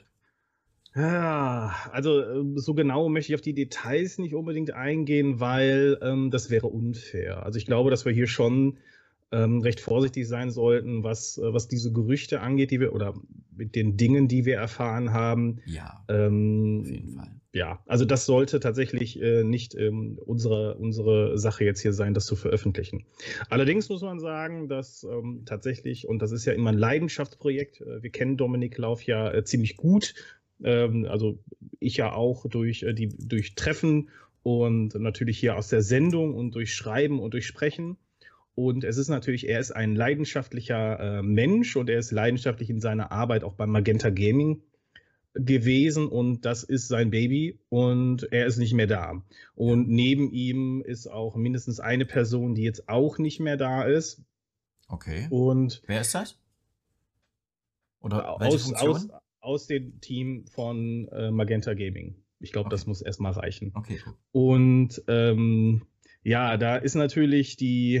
Ja, also so genau möchte ich auf die Details nicht unbedingt eingehen, weil das wäre unfair. Also ich glaube, dass wir hier schon recht vorsichtig sein sollten, was diese Gerüchte angeht, oder mit den Dingen, die wir erfahren haben. Ja, auf jeden Fall. Ja, also das sollte tatsächlich nicht unsere Sache jetzt hier sein, das zu veröffentlichen. Allerdings muss man sagen, dass tatsächlich, und das ist ja immer ein Leidenschaftsprojekt, wir kennen Dominik Lauf ja ziemlich gut, also ich ja auch durch Treffen und natürlich hier aus der Sendung und durch Schreiben und durch Sprechen. Und es ist natürlich, er ist ein leidenschaftlicher Mensch und er ist leidenschaftlich in seiner Arbeit auch beim Magenta Gaming gewesen und das ist sein Baby und er ist nicht mehr da. Und neben ihm ist auch mindestens eine Person, die jetzt auch nicht mehr da ist. Okay. Und wer ist das? Oder welche Funktion? Aus dem Team von Magenta Gaming. Ich glaube, das muss erstmal reichen. Okay, cool. Und ja, da ist natürlich die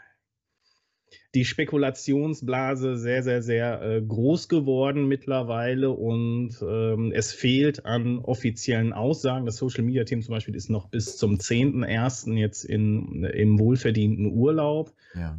Spekulationsblase sehr, sehr, sehr groß geworden mittlerweile und es fehlt an offiziellen Aussagen. Das Social Media Team zum Beispiel ist noch bis zum 10.01. jetzt im wohlverdienten Urlaub. Ja.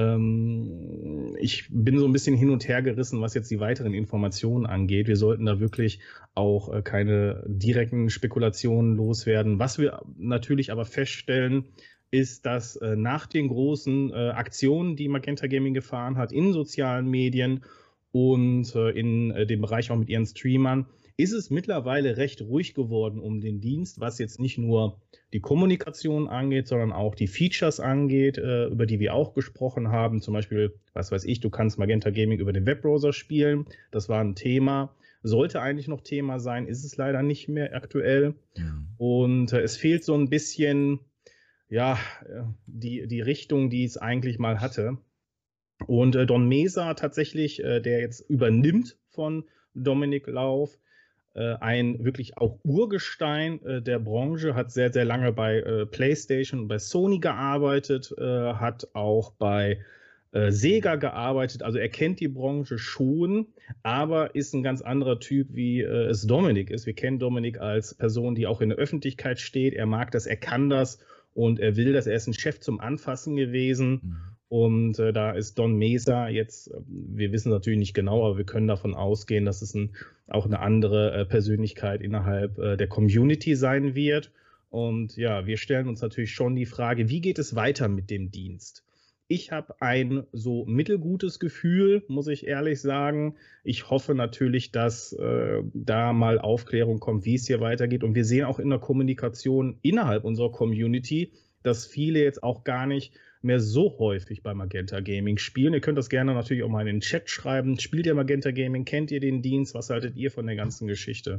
Ich bin so ein bisschen hin und her gerissen, was jetzt die weiteren Informationen angeht. Wir sollten da wirklich auch keine direkten Spekulationen loswerden. Was wir natürlich aber feststellen, ist, dass nach den großen Aktionen, die Magenta Gaming gefahren hat, in sozialen Medien und in dem Bereich auch mit ihren Streamern, ist es mittlerweile recht ruhig geworden um den Dienst, was jetzt nicht nur die Kommunikation angeht, sondern auch die Features angeht, über die wir auch gesprochen haben. Zum Beispiel, was weiß ich, du kannst Magenta Gaming über den Webbrowser spielen. Das war ein Thema. Sollte eigentlich noch Thema sein, ist es leider nicht mehr aktuell. Mhm. Und es fehlt so ein bisschen ja, die Richtung, die es eigentlich mal hatte. Und Don Meza tatsächlich, der jetzt übernimmt von Dominik Lauf, ein wirklich auch Urgestein der Branche, hat sehr, sehr lange bei PlayStation und bei Sony gearbeitet, hat auch bei Sega gearbeitet, also er kennt die Branche schon, aber ist ein ganz anderer Typ, wie es Dominik ist. Wir kennen Dominik als Person, die auch in der Öffentlichkeit steht, er mag das, er kann das und er will das, er ist ein Chef zum Anfassen gewesen. Mhm. Und da ist Don Meza jetzt, wir wissen natürlich nicht genau, aber wir können davon ausgehen, dass es auch eine andere Persönlichkeit innerhalb der Community sein wird. Und ja, wir stellen uns natürlich schon die Frage, wie geht es weiter mit dem Dienst? Ich habe ein so mittelgutes Gefühl, muss ich ehrlich sagen. Ich hoffe natürlich, dass da mal Aufklärung kommt, wie es hier weitergeht. Und wir sehen auch in der Kommunikation innerhalb unserer Community, dass viele jetzt auch gar nicht mehr so häufig bei Magenta Gaming spielen. Ihr könnt das gerne natürlich auch mal in den Chat schreiben. Spielt ihr Magenta Gaming? Kennt ihr den Dienst? Was haltet ihr von der ganzen Geschichte?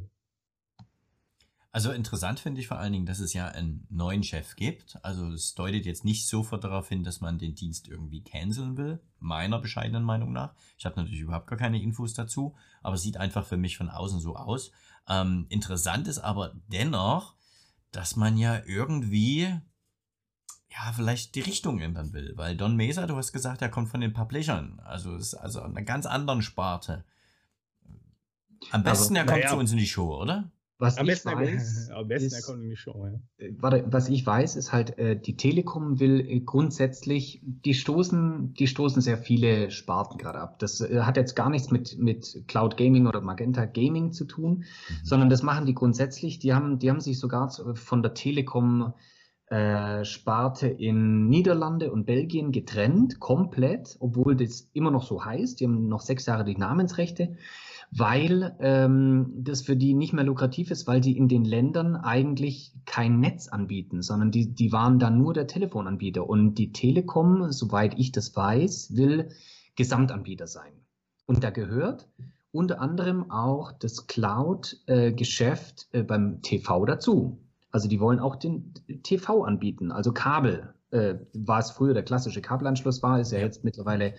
Also interessant finde ich vor allen Dingen, dass es ja einen neuen Chef gibt. Also es deutet jetzt nicht sofort darauf hin, dass man den Dienst irgendwie canceln will, meiner bescheidenen Meinung nach. Ich habe natürlich überhaupt gar keine Infos dazu, aber es sieht einfach für mich von außen so aus. Interessant ist aber dennoch, dass man ja irgendwie vielleicht die Richtung ändern will. Weil Don Meza, du hast gesagt, er kommt von den Publishern. Also ist also einer ganz anderen Sparte. Am besten, er kommt zu uns in die Show, oder? Was Am ich besten, weiß, er kommt in die Show, ja. Was ich weiß, ist halt, die Telekom will grundsätzlich, die stoßen sehr viele Sparten gerade ab. Das hat jetzt gar nichts mit Cloud Gaming oder Magenta Gaming zu tun, sondern das machen die grundsätzlich. Die haben sich sogar von der Telekom Sparte in Niederlande und Belgien getrennt, komplett, obwohl das immer noch so heißt. Die haben noch 6 Jahre die Namensrechte, weil das für die nicht mehr lukrativ ist, weil die in den Ländern eigentlich kein Netz anbieten, sondern die waren da nur der Telefonanbieter. Und die Telekom, soweit ich das weiß, will Gesamtanbieter sein. Und da gehört unter anderem auch das Cloud-Geschäft beim TV dazu. Also die wollen auch den TV anbieten, also Kabel. Was früher der klassische Kabelanschluss war, ist ja jetzt mittlerweile,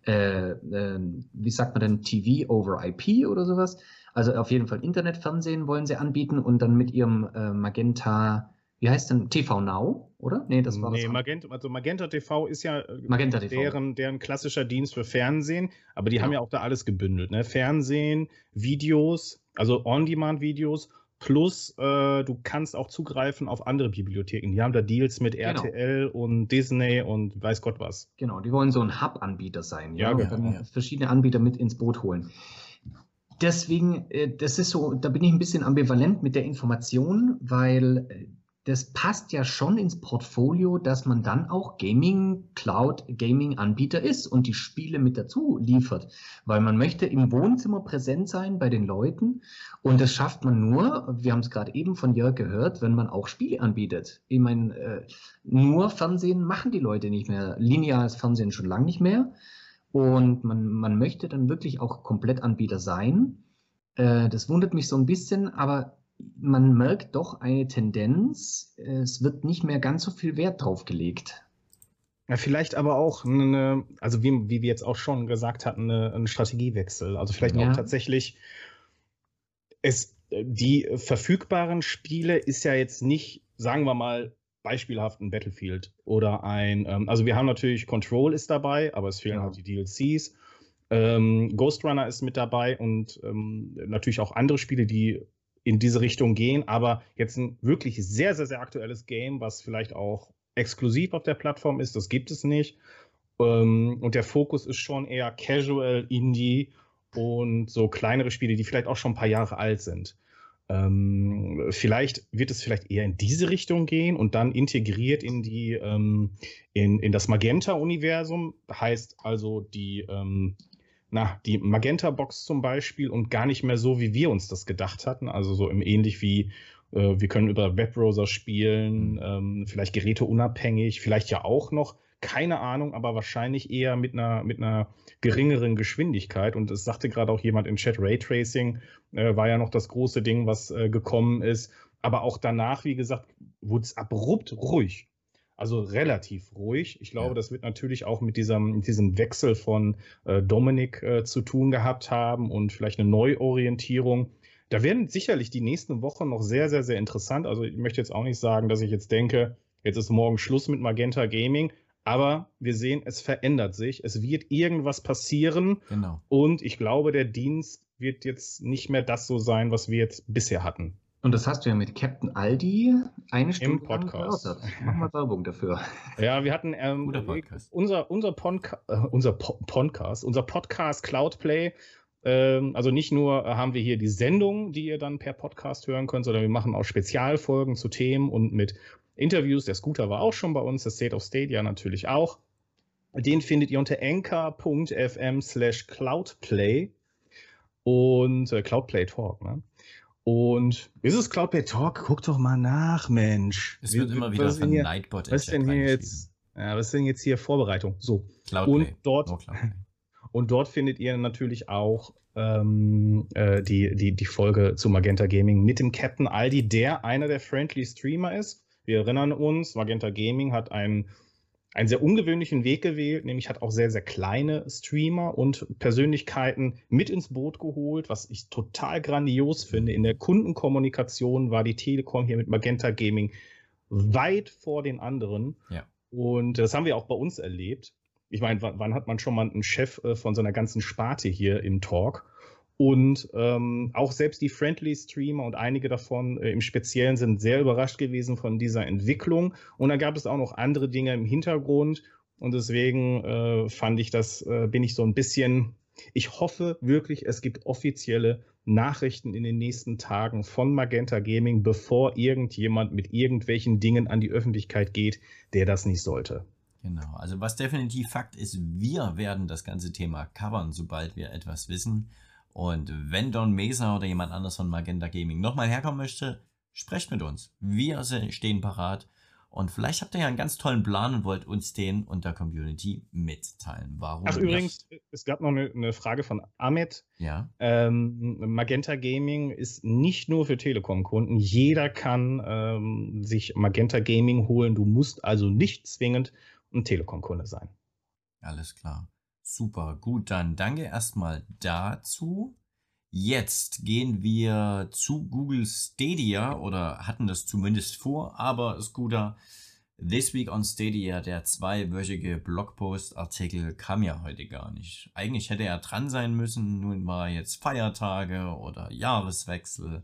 wie sagt man denn, TV over IP oder sowas. Also auf jeden Fall Internetfernsehen wollen sie anbieten und dann mit ihrem Magenta, wie heißt denn, TV Now, oder? Nee, das war nee, Magenta TV ist ja Magenta TV. Deren klassischer Dienst für Fernsehen, aber die haben ja auch da alles gebündelt, ne? Fernsehen, Videos, also On-Demand-Videos Plus, du kannst auch zugreifen auf andere Bibliotheken. Die haben da Deals mit RTL und Disney und weiß Gott was. Genau, die wollen so ein Hub-Anbieter sein, Ja, und genau. dann verschiedene Anbieter mit ins Boot holen. Deswegen, das ist so, da bin ich ein bisschen ambivalent mit der Information, weil das passt ja schon ins Portfolio, dass man dann auch Cloud-Gaming-Anbieter ist und die Spiele mit dazu liefert, weil man möchte im Wohnzimmer präsent sein bei den Leuten und das schafft man nur, wir haben es gerade eben von Jörg gehört, wenn man auch Spiele anbietet. Ich meine, nur Fernsehen machen die Leute nicht mehr, lineares Fernsehen schon lange nicht mehr. Und man möchte dann wirklich auch Komplettanbieter sein. Das wundert mich so ein bisschen, aber man merkt doch eine Tendenz. Es wird nicht mehr ganz so viel Wert drauf gelegt. Ja, vielleicht aber auch, also wie wir jetzt auch schon gesagt hatten, ein Strategiewechsel. Also vielleicht auch tatsächlich, die verfügbaren Spiele ist ja jetzt nicht, sagen wir mal, beispielhaft ein Battlefield oder also wir haben natürlich Control ist dabei, aber es fehlen halt die DLCs. Ghost Runner ist mit dabei und natürlich auch andere Spiele, die in diese Richtung gehen, aber jetzt ein wirklich sehr, sehr, sehr aktuelles Game, was vielleicht auch exklusiv auf der Plattform ist, das gibt es nicht. Und der Fokus ist schon eher Casual, Indie und so kleinere Spiele, die vielleicht auch schon ein paar Jahre alt sind. Vielleicht wird es vielleicht eher in diese Richtung gehen und dann integriert in in das Magenta-Universum. Heißt also die Magenta-Box zum Beispiel und gar nicht mehr so, wie wir uns das gedacht hatten. Also so ähnlich wie wir können über Webbrowser spielen, vielleicht geräteunabhängig, vielleicht ja auch noch. Keine Ahnung, aber wahrscheinlich eher mit einer geringeren Geschwindigkeit. Und es sagte gerade auch jemand im Chat, Raytracing war ja noch das große Ding, was gekommen ist. Aber auch danach, wie gesagt, wurde es abrupt ruhig. Also relativ ruhig. Ich glaube, das wird natürlich auch mit diesem Wechsel von Dominik zu tun gehabt haben und vielleicht eine Neuorientierung. Da werden sicherlich die nächsten Wochen noch sehr, sehr, sehr interessant. Also ich möchte jetzt auch nicht sagen, dass ich jetzt denke, jetzt ist morgen Schluss mit Magenta Gaming. Aber wir sehen, es verändert sich. Es wird irgendwas passieren. Genau. Und ich glaube, der Dienst wird jetzt nicht mehr das so sein, was wir jetzt bisher hatten. Und das hast du ja mit Captain Aldi eine Stunde im Podcast. Mach mal Werbung dafür. Ja, wir hatten Podcast. unser Podcast Cloudplay. Also nicht nur haben wir hier die Sendung, die ihr dann per Podcast hören könnt, sondern wir machen auch Spezialfolgen zu Themen und mit Interviews. Der Scooter war auch schon bei uns, das State of Stadia natürlich auch. Den findet ihr unter anchor.fm/cloudplay und Cloudplay Talk, ne? Und ist es Cloudplay Talk? Guck doch mal nach, Mensch. Es wird immer wieder von Nightbot was ist denn jetzt hier Vorbereitung? So. Cloudplay. Und dort findet ihr natürlich auch die Folge zu Magenta Gaming mit dem Captain Aldi, der einer der Friendly Streamer ist. Wir erinnern uns, Magenta Gaming hat einen sehr ungewöhnlichen Weg gewählt, nämlich hat auch sehr, sehr kleine Streamer und Persönlichkeiten mit ins Boot geholt, was ich total grandios finde. In der Kundenkommunikation war die Telekom hier mit Magenta Gaming weit vor den anderen. Ja. Und das haben wir auch bei uns erlebt. Ich meine, wann hat man schon mal einen Chef von so einer ganzen Sparte hier im Talk? Und auch selbst die Friendly Streamer und einige davon im Speziellen sind sehr überrascht gewesen von dieser Entwicklung. Und da gab es auch noch andere Dinge im Hintergrund. Und deswegen bin ich so ein bisschen, ich hoffe wirklich, es gibt offizielle Nachrichten in den nächsten Tagen von Magenta Gaming, bevor irgendjemand mit irgendwelchen Dingen an die Öffentlichkeit geht, der das nicht sollte. Genau, also was definitiv Fakt ist, wir werden das ganze Thema covern, sobald wir etwas wissen. Und wenn Don Mesa oder jemand anders von Magenta Gaming nochmal herkommen möchte, sprecht mit uns. Wir stehen parat. Und vielleicht habt ihr ja einen ganz tollen Plan und wollt uns den und der Community mitteilen. Warum? Ach, übrigens, es gab noch eine Frage von Ahmed. Ja. Magenta Gaming ist nicht nur für Telekom-Kunden. Jeder kann sich Magenta Gaming holen. Du musst also nicht zwingend ein Telekom-Kunde sein. Alles klar. Super, gut, dann danke erstmal dazu. Jetzt gehen wir zu Google Stadia oder hatten das zumindest vor, aber Scooter, This Week on Stadia, der 2-wöchige Blogpost-Artikel kam ja heute gar nicht. Eigentlich hätte er dran sein müssen, nun war jetzt Feiertage oder Jahreswechsel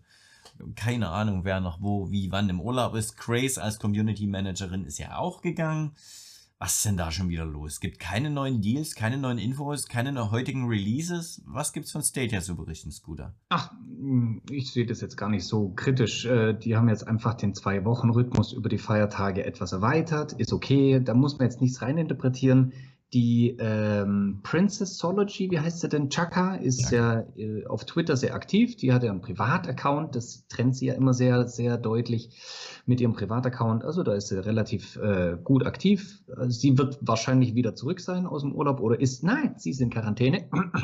Keine Ahnung, wer noch wo, wie, wann im Urlaub ist. Grace als Community Managerin ist ja auch gegangen. Was ist denn da schon wieder los? Gibt keine neuen Deals, keine neuen Infos, keine heutigen Releases? Was gibt's von Stadia zu berichten, Scooter? Ach, ich sehe das jetzt gar nicht so kritisch. Die haben jetzt einfach den 2-Wochen-Rhythmus über die Feiertage etwas erweitert. Ist okay, da muss man jetzt nichts reininterpretieren. Die Princessology, wie heißt sie denn? Chaka ist ja auf Twitter sehr aktiv. Die hat ja einen Privataccount. Das trennt sie ja immer sehr, sehr deutlich mit ihrem Privataccount. Also da ist sie relativ gut aktiv. Sie wird wahrscheinlich wieder zurück sein aus dem Urlaub oder nein, sie ist in Quarantäne.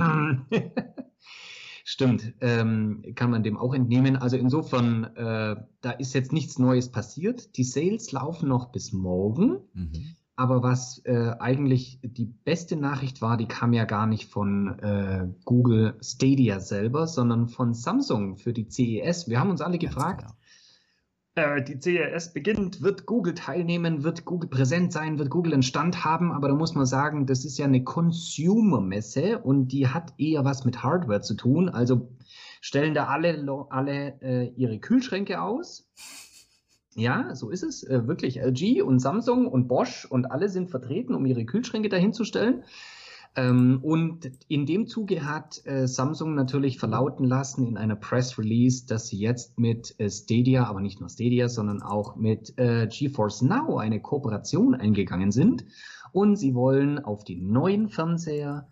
Stimmt, kann man dem auch entnehmen. Also insofern, da ist jetzt nichts Neues passiert. Die Sales laufen noch bis morgen. Mhm. Aber was eigentlich die beste Nachricht war, die kam ja gar nicht von Google Stadia selber, sondern von Samsung für die CES. Wir haben uns alle gefragt, die CES beginnt, wird Google teilnehmen, wird Google präsent sein, wird Google einen Stand haben? Aber da muss man sagen, das ist ja eine Consumer-Messe und die hat eher was mit Hardware zu tun. Also stellen da alle ihre Kühlschränke aus. Ja, so ist es. Wirklich LG und Samsung und Bosch und alle sind vertreten, um ihre Kühlschränke dahin zu stellen. Und in dem Zuge hat Samsung natürlich verlauten lassen in einer Press Release, dass sie jetzt mit Stadia, aber nicht nur Stadia, sondern auch mit GeForce Now eine Kooperation eingegangen sind. Und sie wollen auf die neuen Fernseher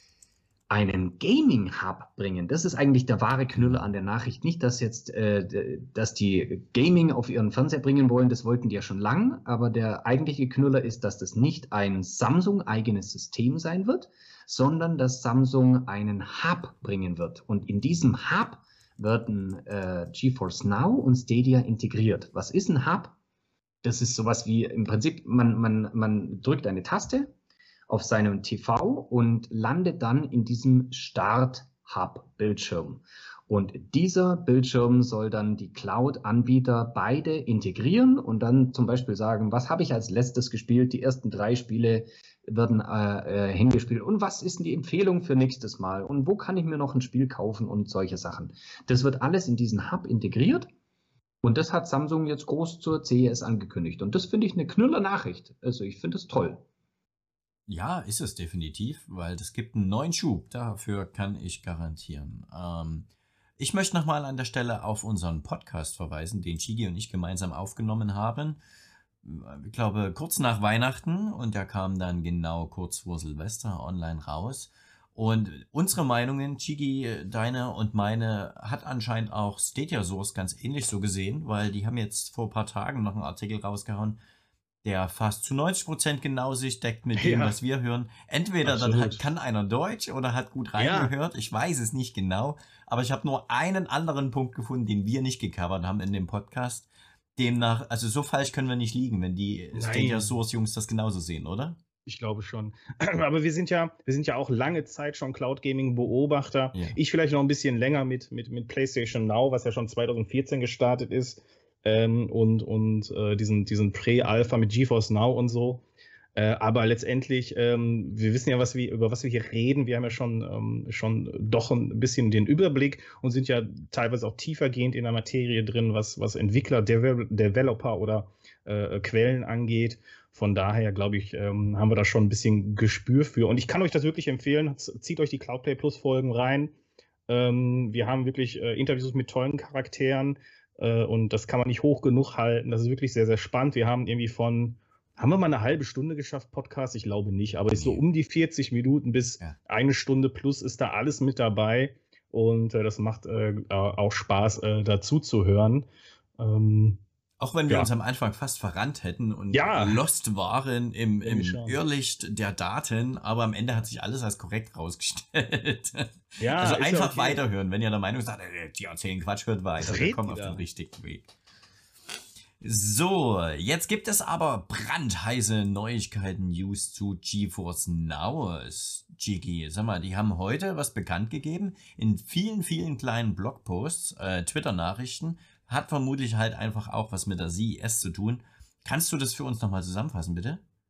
einen Gaming-Hub bringen. Das ist eigentlich der wahre Knüller an der Nachricht. Nicht, dass jetzt, dass die Gaming auf ihren Fernseher bringen wollen, das wollten die ja schon lang, aber der eigentliche Knüller ist, dass das nicht ein Samsung-eigenes System sein wird, sondern dass Samsung einen Hub bringen wird. Und in diesem Hub werden GeForce Now und Stadia integriert. Was ist ein Hub? Das ist sowas wie, im Prinzip, man drückt eine Taste auf seinem TV und landet dann in diesem Start-Hub-Bildschirm. Und dieser Bildschirm soll dann die Cloud-Anbieter beide integrieren und dann zum Beispiel sagen, was habe ich als letztes gespielt? Die ersten 3 Spiele werden hingespielt. Und was ist denn die Empfehlung für nächstes Mal? Und wo kann ich mir noch ein Spiel kaufen und solche Sachen? Das wird alles in diesen Hub integriert. Und das hat Samsung jetzt groß zur CES angekündigt. Und das finde ich eine Knüller-Nachricht. Also ich finde es toll. Ja, ist es definitiv, weil es gibt einen neuen Schub, dafür kann ich garantieren. Ich möchte nochmal an der Stelle auf unseren Podcast verweisen, den Chigi und ich gemeinsam aufgenommen haben. Ich glaube, kurz nach Weihnachten und der kam dann genau kurz vor Silvester online raus. Und unsere Meinungen, Chigi, deine und meine, hat anscheinend auch Stadia Source ganz ähnlich so gesehen, weil die haben jetzt vor ein paar Tagen noch einen Artikel rausgehauen, der fast zu 90% genau sich deckt mit dem, was wir hören. Entweder dann kann einer Deutsch oder hat gut reingehört. Ich weiß es nicht genau. Aber ich habe nur einen anderen Punkt gefunden, den wir nicht gecovert haben in dem Podcast. Demnach, also so falsch können wir nicht liegen, wenn die Stadia Source Jungs das genauso sehen, oder? Ich glaube schon. Aber wir sind ja auch lange Zeit schon Cloud Gaming Beobachter. Ja. Ich vielleicht noch ein bisschen länger mit PlayStation Now, was ja schon 2014 gestartet ist. Und diesen Pre-Alpha mit GeForce Now und so. Aber letztendlich, wir wissen ja, über was wir hier reden. Wir haben ja schon doch ein bisschen den Überblick und sind ja teilweise auch tiefergehend in der Materie drin, was Entwickler, Developer oder Quellen angeht. Von daher, glaube ich, haben wir da schon ein bisschen Gespür für. Und ich kann euch das wirklich empfehlen. Zieht euch die Cloudplay Plus Folgen rein. Wir haben wirklich Interviews mit tollen Charakteren. Und das kann man nicht hoch genug halten. Das ist wirklich sehr, sehr spannend. Wir haben irgendwie haben wir mal eine halbe Stunde geschafft, Podcast? Ich glaube nicht, aber ist so um die 40 Minuten bis 1 Stunde plus ist da alles mit dabei. Und das macht auch Spaß, dazu zu hören. Auch wenn wir uns am Anfang fast verrannt hätten und lost waren im Irrlicht der Daten, aber am Ende hat sich alles als korrekt rausgestellt. Ja, also einfach weiterhören, wenn ihr der Meinung seid, die erzählen Quatsch, hört weiter, wir kommen auf den richtigen Weg. So, jetzt gibt es aber brandheiße Neuigkeiten, News zu GeForce Now. Gigi, sag mal, die haben heute was bekannt gegeben in vielen, vielen kleinen Blogposts, Twitter-Nachrichten. Hat vermutlich halt einfach auch was mit der CES zu tun. Kannst du das für uns nochmal zusammenfassen, bitte?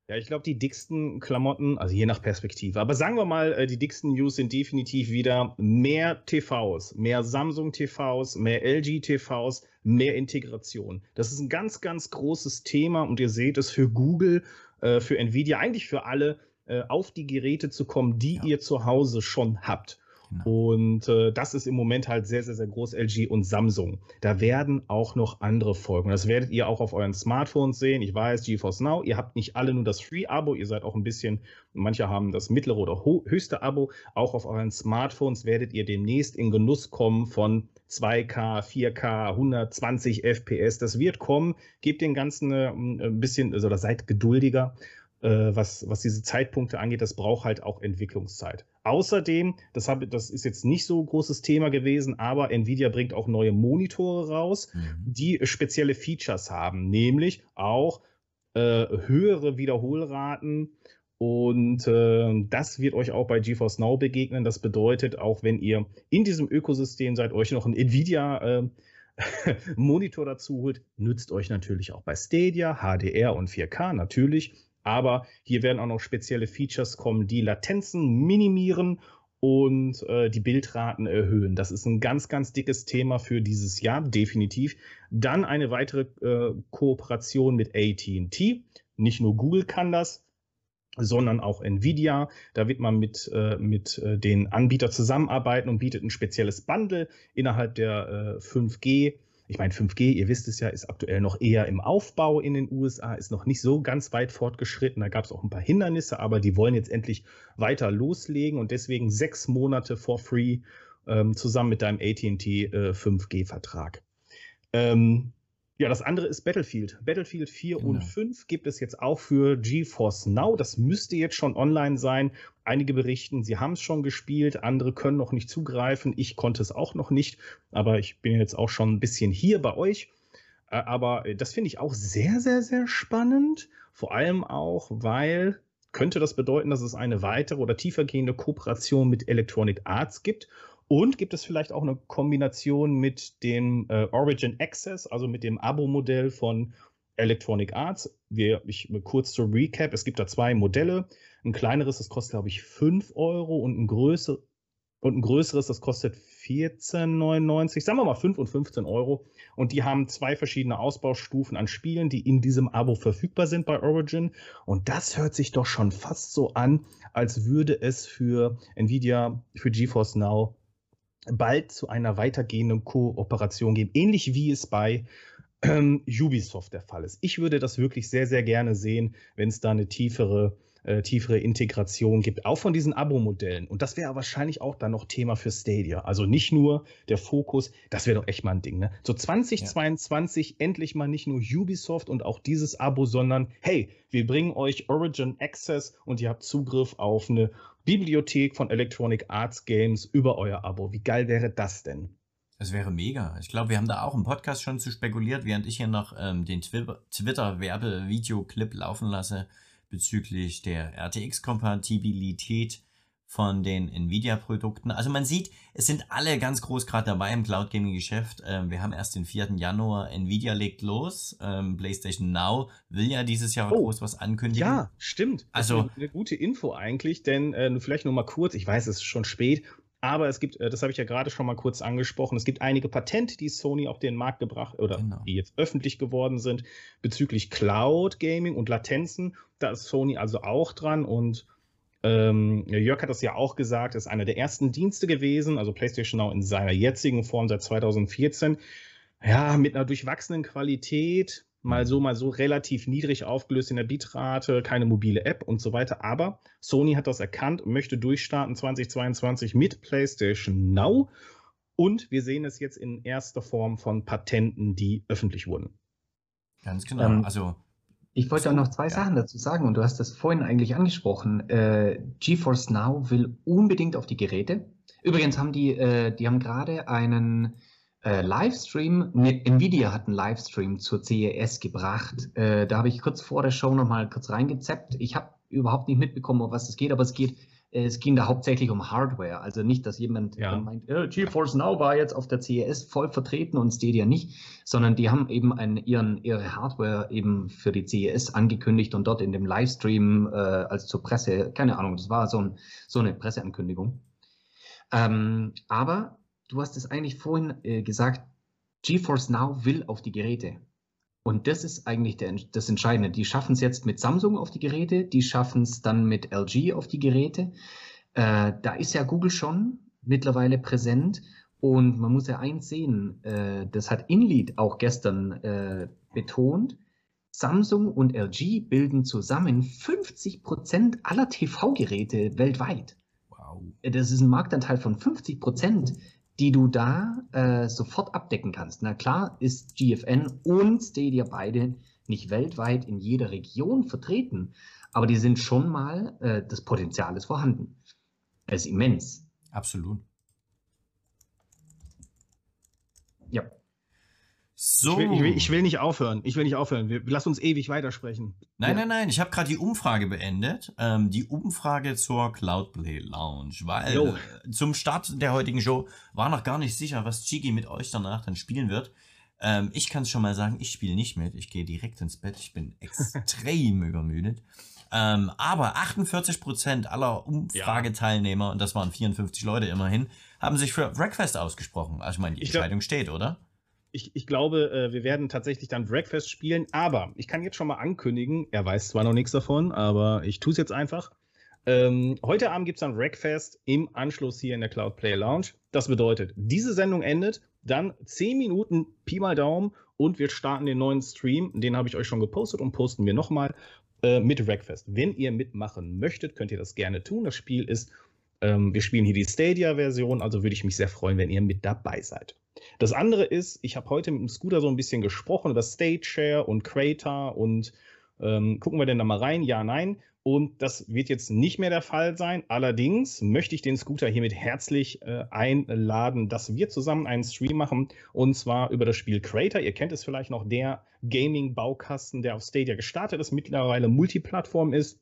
Ja, ich glaube, die dicksten Klamotten, also je nach Perspektive, aber sagen wir mal, die dicksten News sind definitiv wieder mehr TVs, mehr Samsung TVs, mehr LG TVs, mehr Integration. Das ist ein ganz, ganz großes Thema und ihr seht es für Google, für Nvidia, eigentlich für alle, auf die Geräte zu kommen, die ihr zu Hause schon habt. Genau. Und das ist im Moment halt sehr, sehr, sehr groß, LG und Samsung. Da werden auch noch andere folgen. Das werdet ihr auch auf euren Smartphones sehen. Ich weiß, GeForce Now, ihr habt nicht alle nur das Free-Abo, ihr seid auch ein bisschen, manche haben das mittlere oder höchste Abo. Auch auf euren Smartphones werdet ihr demnächst in Genuss kommen von 2K, 4K, 120 FPS. Das wird kommen. Gebt den Ganzen ein bisschen, also seid geduldiger. Was diese Zeitpunkte angeht, das braucht halt auch Entwicklungszeit. Außerdem, das ist jetzt nicht so ein großes Thema gewesen, aber Nvidia bringt auch neue Monitore raus, die spezielle Features haben, nämlich auch höhere Wiederholraten. Und das wird euch auch bei GeForce Now begegnen. Das bedeutet, auch wenn ihr in diesem Ökosystem seid, euch noch ein Nvidia Monitor dazu holt, nützt euch natürlich auch bei Stadia, HDR und 4K natürlich. Aber hier werden auch noch spezielle Features kommen, die Latenzen minimieren und die Bildraten erhöhen. Das ist ein ganz, ganz dickes Thema für dieses Jahr, definitiv. Dann eine weitere Kooperation mit AT&T. Nicht nur Google kann das, sondern auch Nvidia. Da wird man mit den Anbietern zusammenarbeiten und bietet ein spezielles Bundle innerhalb der 5G. Ich meine, 5G, ihr wisst es ja, ist aktuell noch eher im Aufbau in den USA, ist noch nicht so ganz weit fortgeschritten. Da gab es auch ein paar Hindernisse, aber die wollen jetzt endlich weiter loslegen und deswegen 6 Monate for free zusammen mit deinem AT&T 5G-Vertrag. Ja, das andere ist Battlefield. Battlefield 4 und 5 gibt es jetzt auch für GeForce Now. Das müsste jetzt schon online sein. Einige berichten, sie haben es schon gespielt, andere können noch nicht zugreifen. Ich konnte es auch noch nicht, aber ich bin jetzt auch schon ein bisschen hier bei euch. Aber das finde ich auch sehr, sehr, sehr spannend. Vor allem auch, weil könnte das bedeuten, dass es eine weitere oder tiefergehende Kooperation mit Electronic Arts gibt. Und gibt es vielleicht auch eine Kombination mit dem Origin Access, also mit dem Abo-Modell von Electronic Arts? Kurz zur Recap, es gibt da 2 Modelle. Ein kleineres, das kostet, glaube ich, 5 Euro und ein größeres, das kostet 14,99, sagen wir mal 5 und 15 Euro. Und die haben 2 verschiedene Ausbaustufen an Spielen, die in diesem Abo verfügbar sind bei Origin. Und das hört sich doch schon fast so an, als würde es für Nvidia, für GeForce Now bald zu einer weitergehenden Kooperation geben, ähnlich wie es bei Ubisoft der Fall ist. Ich würde das wirklich sehr, sehr gerne sehen, wenn es da eine tiefere Integration gibt, auch von diesen Abo-Modellen. Und das wäre wahrscheinlich auch dann noch Thema für Stadia. Also nicht nur der Fokus, das wäre doch echt mal ein Ding, ne? So 2022 endlich mal nicht nur Ubisoft und auch dieses Abo, sondern hey, wir bringen euch Origin Access und ihr habt Zugriff auf eine Bibliothek von Electronic Arts Games über euer Abo. Wie geil wäre das denn? Das wäre mega. Ich glaube, wir haben da auch im Podcast schon zu spekuliert, während ich hier noch den Twitter-Werbe-Videoclip laufen lasse bezüglich der RTX-Kompatibilität von den Nvidia-Produkten. Also man sieht, es sind alle ganz groß gerade dabei im Cloud-Gaming-Geschäft. Wir haben erst den 4. Januar, Nvidia legt los. PlayStation Now will ja dieses Jahr groß was ankündigen. Ja, stimmt. Das also ist eine gute Info eigentlich, denn vielleicht nur mal kurz, ich weiß, es ist schon spät, aber es gibt, das habe ich ja gerade schon mal kurz angesprochen, es gibt einige Patente, die Sony auf den Markt gebracht oder die jetzt öffentlich geworden sind bezüglich Cloud Gaming und Latenzen. Da ist Sony also auch dran und Jörg hat das ja auch gesagt, ist einer der ersten Dienste gewesen, also PlayStation Now in seiner jetzigen Form seit 2014. Ja, mit einer durchwachsenen Qualität, mal so relativ niedrig aufgelöst in der Bitrate, keine mobile App und so weiter. Aber Sony hat das erkannt und möchte durchstarten 2022 mit PlayStation Now. Und wir sehen es jetzt in erster Form von Patenten, die öffentlich wurden. Ganz genau. Ich wollte auch noch 2 Sachen dazu sagen und du hast das vorhin eigentlich angesprochen. GeForce Now will unbedingt auf die Geräte. Übrigens haben die haben gerade einen Livestream, Nvidia hat einen Livestream zur CES gebracht. Da habe ich kurz vor der Show nochmal kurz reingezappt. Ich habe überhaupt nicht mitbekommen, um was es geht, aber es geht es ging da hauptsächlich um Hardware. Also nicht, dass jemand meint, GeForce Now war jetzt auf der CES voll vertreten und Stadia nicht, sondern die haben eben ihre Hardware eben für die CES angekündigt und dort in dem Livestream als zur Presse, keine Ahnung, das war so eine Presseankündigung. Aber du hast es eigentlich vorhin gesagt, GeForce Now will auf die Geräte. Und das ist eigentlich das Entscheidende. Die schaffen es jetzt mit Samsung auf die Geräte, die schaffen es dann mit LG auf die Geräte. Da ist ja Google schon mittlerweile präsent. Und man muss ja eins sehen, das hat InLead auch gestern betont, Samsung und LG bilden zusammen 50% aller TV-Geräte weltweit. Wow. Das ist ein Marktanteil von 50%. Die du da sofort abdecken kannst. Na klar ist GFN und Stadia beide nicht weltweit in jeder Region vertreten, aber die sind schon mal, das Potenzial ist vorhanden. Es ist immens. Absolut. Ja. So. Ich will nicht aufhören. Lass uns ewig weitersprechen. Nein. Ich habe gerade die Umfrage beendet. Die Umfrage zur Cloudplay Lounge. Weil zum Start der heutigen Show war noch gar nicht sicher, was Chigi mit euch danach dann spielen wird. Ich kann es schon mal sagen, ich spiele nicht mit. Ich gehe direkt ins Bett. Ich bin extrem übermüdet. Aber 48% aller Umfrageteilnehmer, und das waren 54 Leute immerhin, haben sich für Wreckfest ausgesprochen. Also ich meine, die Entscheidung steht, oder? Ich glaube, wir werden tatsächlich dann Wreckfest spielen, aber ich kann jetzt schon mal ankündigen, er weiß zwar noch nichts davon, aber ich tue es jetzt einfach. Heute Abend gibt es dann Wreckfest im Anschluss hier in der Cloudplay Lounge. Das bedeutet, diese Sendung endet, dann 10 Minuten Pi mal Daumen und wir starten den neuen Stream. Den habe ich euch schon gepostet und posten wir nochmal mit Wreckfest. Wenn ihr mitmachen möchtet, könnt ihr das gerne tun. Das Spiel ist, wir spielen hier die Stadia-Version, also würde ich mich sehr freuen, wenn ihr mit dabei seid. Das andere ist, ich habe heute mit dem Scooter so ein bisschen gesprochen über Stage Share und Creator und gucken wir denn da mal rein? Ja, nein. Und das wird jetzt nicht mehr der Fall sein. Allerdings möchte ich den Scooter hiermit herzlich einladen, dass wir zusammen einen Stream machen und zwar über das Spiel Creator. Ihr kennt es vielleicht noch, der Gaming-Baukasten, der auf Stadia gestartet ist, mittlerweile Multiplattform ist.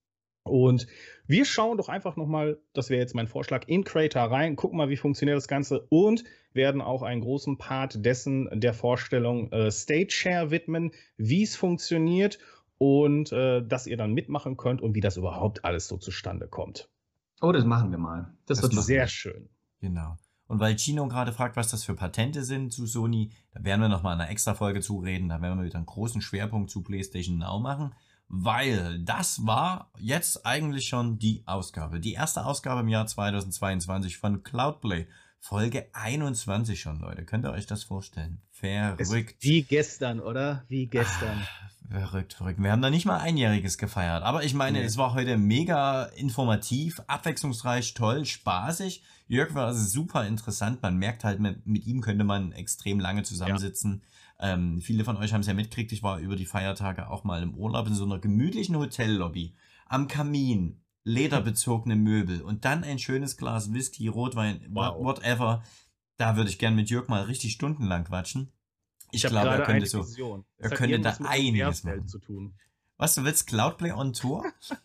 Und wir schauen doch einfach nochmal, das wäre jetzt mein Vorschlag, in Creator rein, gucken mal, wie funktioniert das Ganze und werden auch einen großen Part dessen der Vorstellung Stage Share widmen, wie es funktioniert und dass ihr dann mitmachen könnt und wie das überhaupt alles so zustande kommt. Oh, das machen wir mal. Das wird sehr schön. Genau. Und weil Gino gerade fragt, was das für Patente sind zu Sony, da werden wir nochmal in einer extra Folge zureden, da werden wir wieder einen großen Schwerpunkt zu PlayStation Now machen. Weil das war jetzt eigentlich schon die Ausgabe. Die erste Ausgabe im Jahr 2022 von Cloudplay. Folge 21 schon, Leute. Könnt ihr euch das vorstellen? Verrückt. Wie gestern, oder? Wie gestern. Verrückt. Wir haben da nicht mal Einjähriges gefeiert. Aber ich meine, es war heute mega informativ, abwechslungsreich, toll, spaßig. Jörg war super interessant. Man merkt halt, mit ihm könnte man extrem lange zusammensitzen. Viele von euch haben es ja mitgekriegt, ich war über die Feiertage auch mal im Urlaub in so einer gemütlichen Hotellobby. Am Kamin, lederbezogene Möbel und dann ein schönes Glas Whisky, Rotwein, whatever. Da würde ich gern mit Jörg mal richtig stundenlang quatschen. Ich glaube, er könnte da einiges machen. Zu tun. Was, du willst Cloudplay on Tour?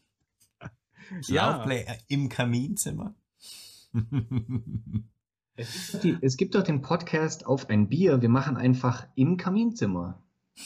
Cloudplay im Kaminzimmer? Es gibt doch den Podcast Auf ein Bier. Wir machen einfach im Kaminzimmer.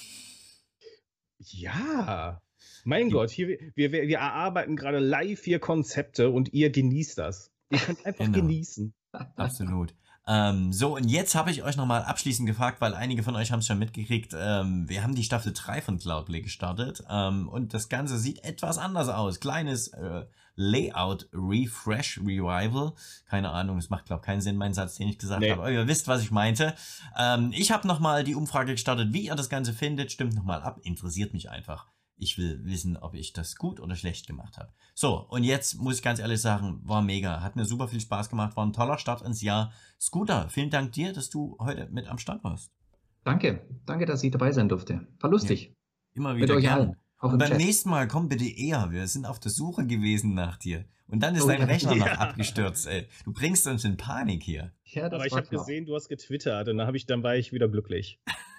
Ja, mein Gott, hier, wir erarbeiten gerade live hier Konzepte und ihr genießt das. Ihr könnt einfach genießen. Absolut. So, und jetzt habe ich euch nochmal abschließend gefragt, weil einige von euch haben es schon mitgekriegt. Wir haben die Staffel 3 von Cloudplay gestartet und das Ganze sieht etwas anders aus. Kleines Layout Refresh Revival. Keine Ahnung, es macht, glaube ich, keinen Sinn, mein Satz, den ich gesagt habe. Aber ihr wisst, was ich meinte. Ich habe nochmal die Umfrage gestartet, wie ihr das Ganze findet. Stimmt nochmal ab, interessiert mich einfach. Ich will wissen, ob ich das gut oder schlecht gemacht habe. So, und jetzt muss ich ganz ehrlich sagen, war mega. Hat mir super viel Spaß gemacht, war ein toller Start ins Jahr. Scooter, vielen Dank dir, dass du heute mit am Start warst. Danke, dass ich dabei sein durfte. War lustig. Ja, immer wieder mit euch allen. Und beim nächsten Mal komm bitte eher. Wir sind auf der Suche gewesen nach dir. Und dann ist dein Rechner noch abgestürzt, ey. Du bringst uns in Panik hier. Ja, aber ich habe gesehen, du hast getwittert und dann war ich wieder glücklich.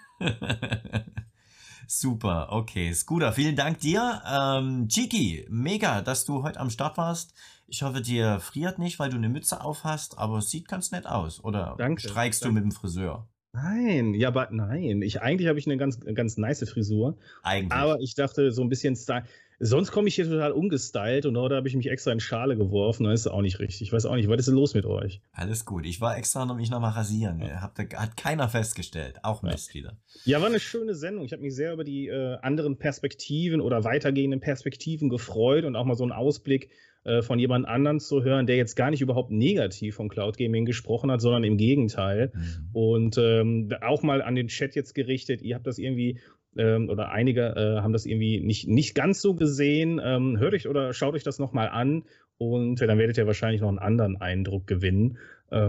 Super, okay. Scooter, vielen Dank dir. Chiki, mega, dass du heute am Start warst. Ich hoffe, dir friert nicht, weil du eine Mütze auf hast, aber es sieht ganz nett aus. Oder Danke. streikst du mit dem Friseur? Nein, ja, aber nein. Eigentlich habe ich eine ganz nice Frisur. Eigentlich. Aber ich dachte, so ein bisschen Style. Sonst komme ich hier total ungestylt und heute habe ich mich extra in Schale geworfen. Das ist auch nicht richtig. Ich weiß auch nicht, was ist denn los mit euch? Alles gut. Ich war extra noch mich nochmal rasieren. Hat keiner festgestellt. Auch Mist wieder. Ja, war eine schöne Sendung. Ich habe mich sehr über die anderen Perspektiven oder weitergehenden Perspektiven gefreut und auch mal so einen Ausblick von jemand anderen zu hören, der jetzt gar nicht überhaupt negativ vom Cloud Gaming gesprochen hat, sondern im Gegenteil. Und auch mal an den Chat jetzt gerichtet. Ihr habt das irgendwie oder einige haben das irgendwie nicht ganz so gesehen. Hört euch oder schaut euch das nochmal an und dann werdet ihr wahrscheinlich noch einen anderen Eindruck gewinnen.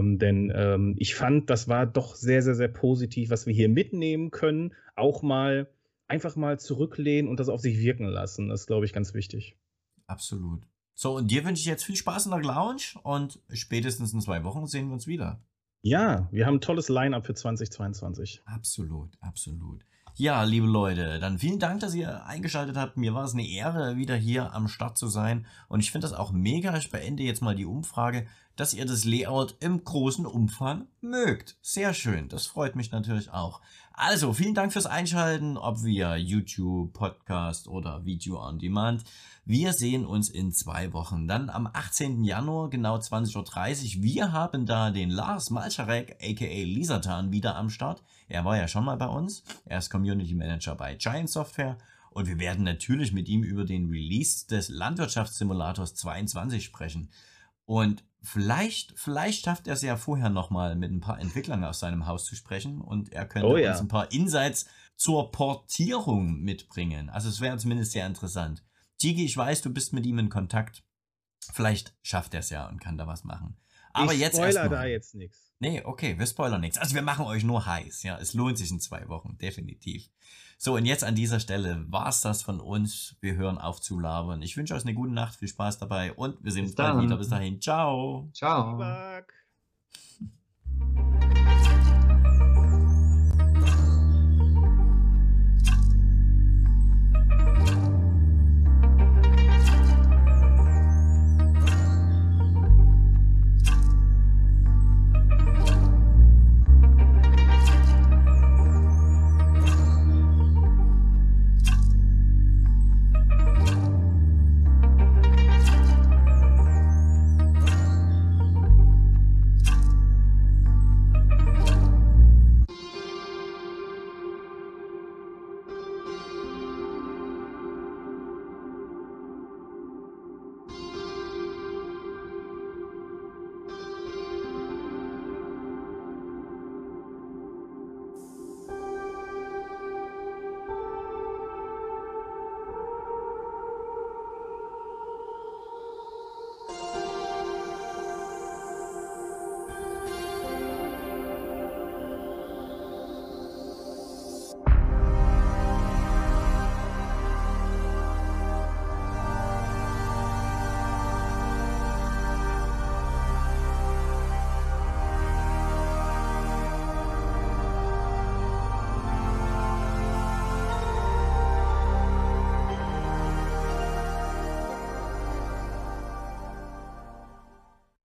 Denn ich fand, das war doch sehr, sehr, sehr positiv, was wir hier mitnehmen können. Auch mal einfach mal zurücklehnen und das auf sich wirken lassen. Das ist, glaube ich, ganz wichtig. Absolut. So, und dir wünsche ich jetzt viel Spaß in der Lounge und spätestens in 2 Wochen sehen wir uns wieder. Ja, wir haben ein tolles Line-Up für 2022. Absolut, absolut. Ja, liebe Leute, dann vielen Dank, dass ihr eingeschaltet habt. Mir war es eine Ehre, wieder hier am Start zu sein. Und ich finde das auch mega. Ich beende jetzt mal die Umfrage, dass ihr das Layout im großen Umfang mögt. Sehr schön, das freut mich natürlich auch. Also, vielen Dank fürs Einschalten, ob via YouTube, Podcast oder Video on Demand. Wir sehen uns in 2 Wochen. Dann am 18. Januar, genau 20:30 Uhr. Wir haben da den Lars Malczarek, a.k.a. Lisatan, wieder am Start. Er war ja schon mal bei uns. Er ist Community Manager bei Giant Software. Und wir werden natürlich mit ihm über den Release des Landwirtschaftssimulators 22 sprechen. Und vielleicht schafft er es ja vorher nochmal mit ein paar Entwicklern aus seinem Haus zu sprechen. Und er könnte uns ein paar Insights zur Portierung mitbringen. Also es wäre zumindest sehr interessant. Tigi, ich weiß, du bist mit ihm in Kontakt. Vielleicht schafft er es ja und kann da was machen. Aber ich jetzt spoiler da jetzt nichts. Nee, okay, wir spoilern nichts. Also wir machen euch nur heiß. Ja, es lohnt sich in 2 Wochen, definitiv. So, und jetzt an dieser Stelle war's das von uns. Wir hören auf zu labern. Ich wünsche euch eine gute Nacht, viel Spaß dabei und wir sehen uns bald wieder. Bis dahin, ciao. Ciao. Lieber.